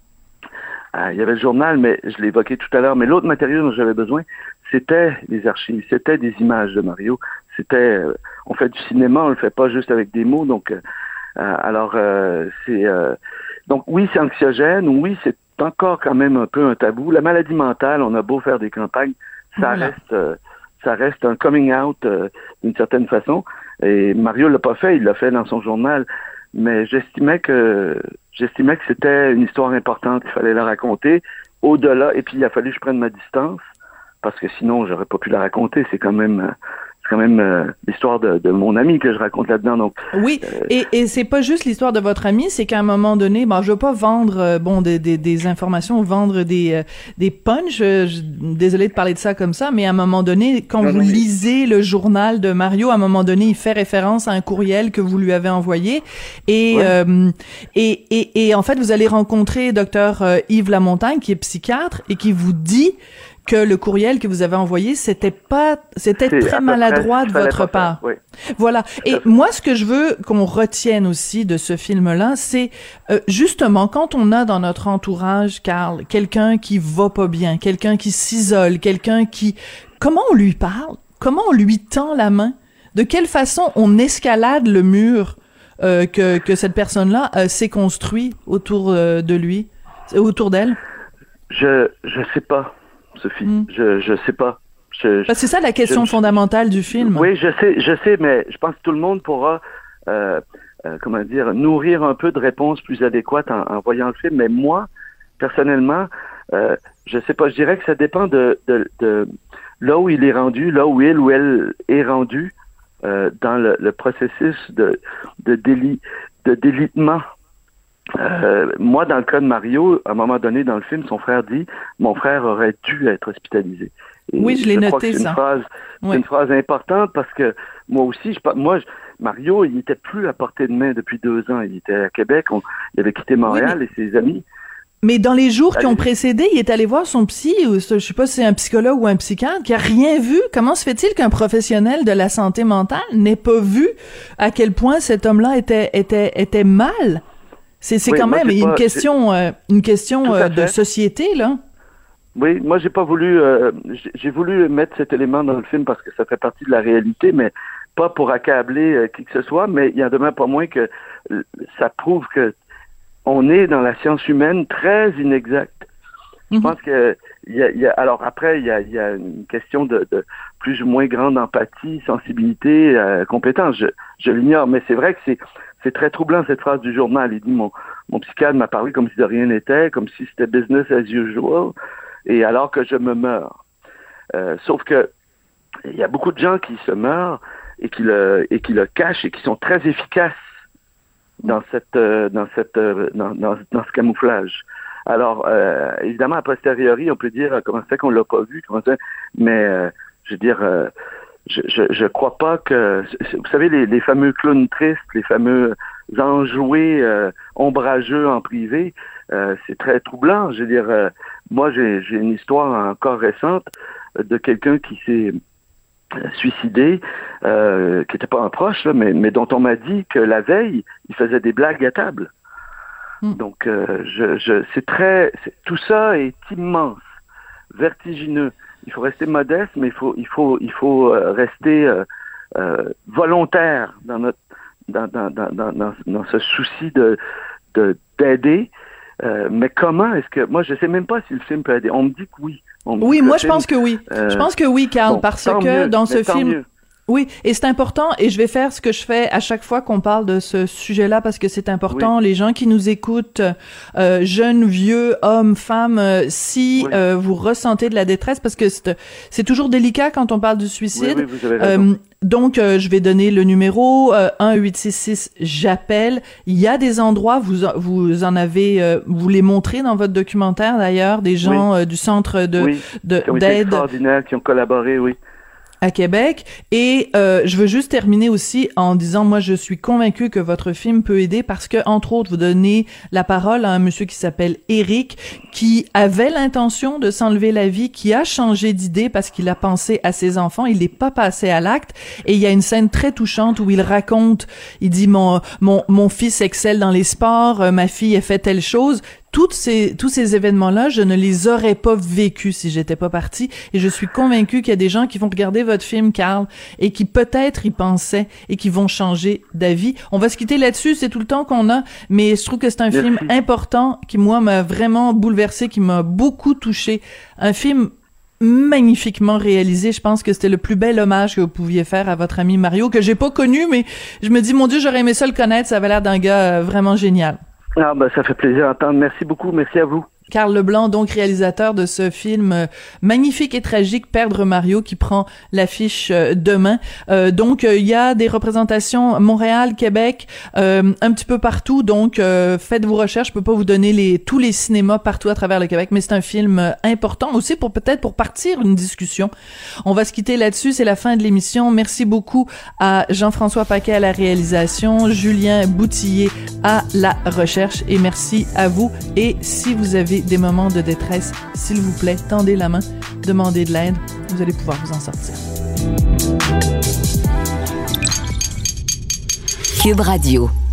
Euh, il y avait le journal, mais je l'ai évoqué tout à l'heure, mais l'autre matériau dont j'avais besoin, c'était les archives, c'était des images de Mario. C'était, euh, on fait du cinéma, on le fait pas juste avec des mots, donc, euh, euh, alors, euh, c'est, euh, donc oui, c'est anxiogène, oui, c'est encore quand même un peu un tabou. La maladie mentale, on a beau faire des campagnes, ça voilà. reste, euh, ça reste un coming out euh, d'une certaine façon. Et Mario l'a pas fait, il l'a fait dans son journal. Mais j'estimais que j'estimais que c'était une histoire importante, il fallait la raconter au-delà, et puis il a fallu que je prenne ma distance, parce que sinon j'aurais pas pu la raconter, c'est quand même c'est quand même euh, l'histoire de, de mon ami que je raconte là-dedans. Donc oui, euh, et, et c'est pas juste l'histoire de votre ami, c'est qu'à un moment donné, bon, je veux pas vendre euh, bon des, des, des informations, vendre des euh, des punchs. Je, je, désolée de parler de ça comme ça, mais à un moment donné, quand non, vous non, lisez le journal de Mario, à un moment donné, il fait référence à un courriel que vous lui avez envoyé, et ouais. euh, et, et et en fait, vous allez rencontrer docteur euh, Yves Lamontagne, qui est psychiatre, et qui vous dit que le courriel que vous avez envoyé, c'était pas, c'était c'est très maladroit de votre part. Oui. Voilà. Et moi, ce que je veux qu'on retienne aussi de ce film-là, c'est euh, justement quand on a dans notre entourage, Carl, quelqu'un qui va pas bien, quelqu'un qui s'isole, quelqu'un qui, comment on lui parle, comment on lui tend la main, de quelle façon on escalade le mur euh, que que cette personne-là euh, s'est construit autour euh, de lui, autour d'elle. Je je sais pas. Sophie, mm. je je sais pas. Je, Parce que c'est ça la question je, fondamentale du film. Oui, je sais, je sais, mais je pense que tout le monde pourra, euh, euh, comment dire, nourrir un peu de réponses plus adéquates en, en voyant le film. Mais moi, personnellement, euh, je sais pas. Je dirais que ça dépend de, de, de là où il est rendu, là où il ou elle est rendu euh, dans le, le processus de de délit, de délitement. Euh, moi, dans le cas de Mario, à un moment donné dans le film, son frère dit « Mon frère aurait dû être hospitalisé ». Et oui, je l'ai je noté, crois que c'est ça. Une phrase, oui. C'est une phrase importante parce que moi aussi, je, moi, je, Mario, il était plus à portée de main depuis deux ans. Il était à Québec, on, il avait quitté Montréal oui, mais... et ses amis. Mais dans les jours qui ont précédé, il est allé voir son psy, ou je sais pas si c'est un psychologue ou un psychiatre, qui a rien vu. Comment se fait-il qu'un professionnel de la santé mentale n'ait pas vu à quel point cet homme-là était était était mal? C'est, c'est oui, quand même une, pas, question, euh, une question euh, de société, là. Oui, moi, j'ai pas voulu... Euh, j'ai, j'ai voulu mettre cet élément dans le film parce que ça fait partie de la réalité, mais pas pour accabler euh, qui que ce soit, mais il y en demeure pas moins que euh, ça prouve que on est dans la science humaine très inexacte. Mm-hmm. Je pense que... Il y a, il y a, alors après, il y a, il y a une question de, de plus ou moins grande empathie, sensibilité, euh, compétence. Je, je l'ignore, mais c'est vrai que c'est... C'est très troublant, cette phrase du journal. Il dit, mon, mon psychiatre m'a parlé comme si de rien n'était, comme si c'était business as usual, et alors que je me meurs. Euh, sauf que il y a beaucoup de gens qui se meurent et qui le et qui le cachent et qui sont très efficaces dans cette euh, dans cette euh, dans, dans, dans ce camouflage. Alors euh, évidemment a posteriori on peut dire euh, comment ça fait qu'on l'a pas vu, comment ça, mais euh, je veux dire euh, je, je je crois pas que vous savez les, les fameux clowns tristes, les fameux enjoués euh, ombrageux en privé, euh, c'est très troublant. Je veux dire euh, moi j'ai j'ai une histoire encore récente de quelqu'un qui s'est suicidé, euh, qui n'était pas un proche, là, mais, mais dont on m'a dit que la veille, il faisait des blagues à table. Mm. Donc, euh, je, je, c'est très, c'est, tout ça est immense, vertigineux. Il faut rester modeste, mais il faut, il faut, il faut euh, rester euh, euh, volontaire dans notre, dans, dans, dans, dans, dans, dans ce souci de, de d'aider. Euh, mais comment est-ce que... Moi, je sais même pas si le film peut aider. On me dit que oui. On me oui, dit moi, je film, pense que oui. Euh, je pense que oui, Carl, bon, parce que mieux, dans ce film... Mieux. Oui, et c'est important, et je vais faire ce que je fais à chaque fois qu'on parle de ce sujet-là, parce que c'est important. Oui. Les gens qui nous écoutent, euh, jeunes, vieux, hommes, femmes, euh, si oui. euh, vous ressentez de la détresse, parce que c'est, c'est toujours délicat quand on parle du suicide. Oui, oui, vous avez raison. Euh, donc, euh, je vais donner le numéro euh, un huit six six j'appelle. Il y a des endroits, vous vous en avez, euh, vous les montrez dans votre documentaire d'ailleurs, des gens oui. euh, du centre de, oui. de qui ont d'aide. Été extraordinaires, qui ont collaboré, oui. À Québec. Et euh, je veux juste terminer aussi en disant, moi, je suis convaincue que votre film peut aider parce que, entre autres, vous donnez la parole à un monsieur qui s'appelle Éric, qui avait l'intention de s'enlever la vie, qui a changé d'idée parce qu'il a pensé à ses enfants, il n'est pas passé à l'acte. Et il y a une scène très touchante où il raconte, il dit, mon mon mon fils excelle dans les sports, ma fille a fait telle chose. Toutes ces, tous ces événements-là, je ne les aurais pas vécus si j'étais pas partie. Et je suis convaincue qu'il y a des gens qui vont regarder votre film, Carl, et qui peut-être y pensaient et qui vont changer d'avis. On va se quitter là-dessus, c'est tout le temps qu'on a, mais je trouve que c'est un Merci. film important qui, moi, m'a vraiment bouleversé, qui m'a beaucoup touché. Un film magnifiquement réalisé. Je pense que c'était le plus bel hommage que vous pouviez faire à votre ami Mario, que j'ai pas connu, mais je me dis, mon Dieu, j'aurais aimé ça le connaître. Ça avait l'air d'un gars vraiment génial. Ah ben ça fait plaisir d'entendre. Merci beaucoup. Merci à vous. Carl Leblanc, donc réalisateur de ce film euh, magnifique et tragique, Perdre Mario, qui prend l'affiche euh, demain. Euh, donc, il euh, y a des représentations Montréal, Québec, euh, un petit peu partout. Donc, euh, faites vos recherches. Je peux pas vous donner les tous les cinémas partout à travers le Québec, mais c'est un film euh, important aussi pour peut-être pour partir une discussion. On va se quitter là-dessus. C'est la fin de l'émission. Merci beaucoup à Jean-François Paquet à la réalisation, Julien Boutillier à la recherche, et merci à vous. Et si vous avez des moments de détresse, s'il vous plaît, tendez la main, demandez de l'aide, vous allez pouvoir vous en sortir. Cube Radio.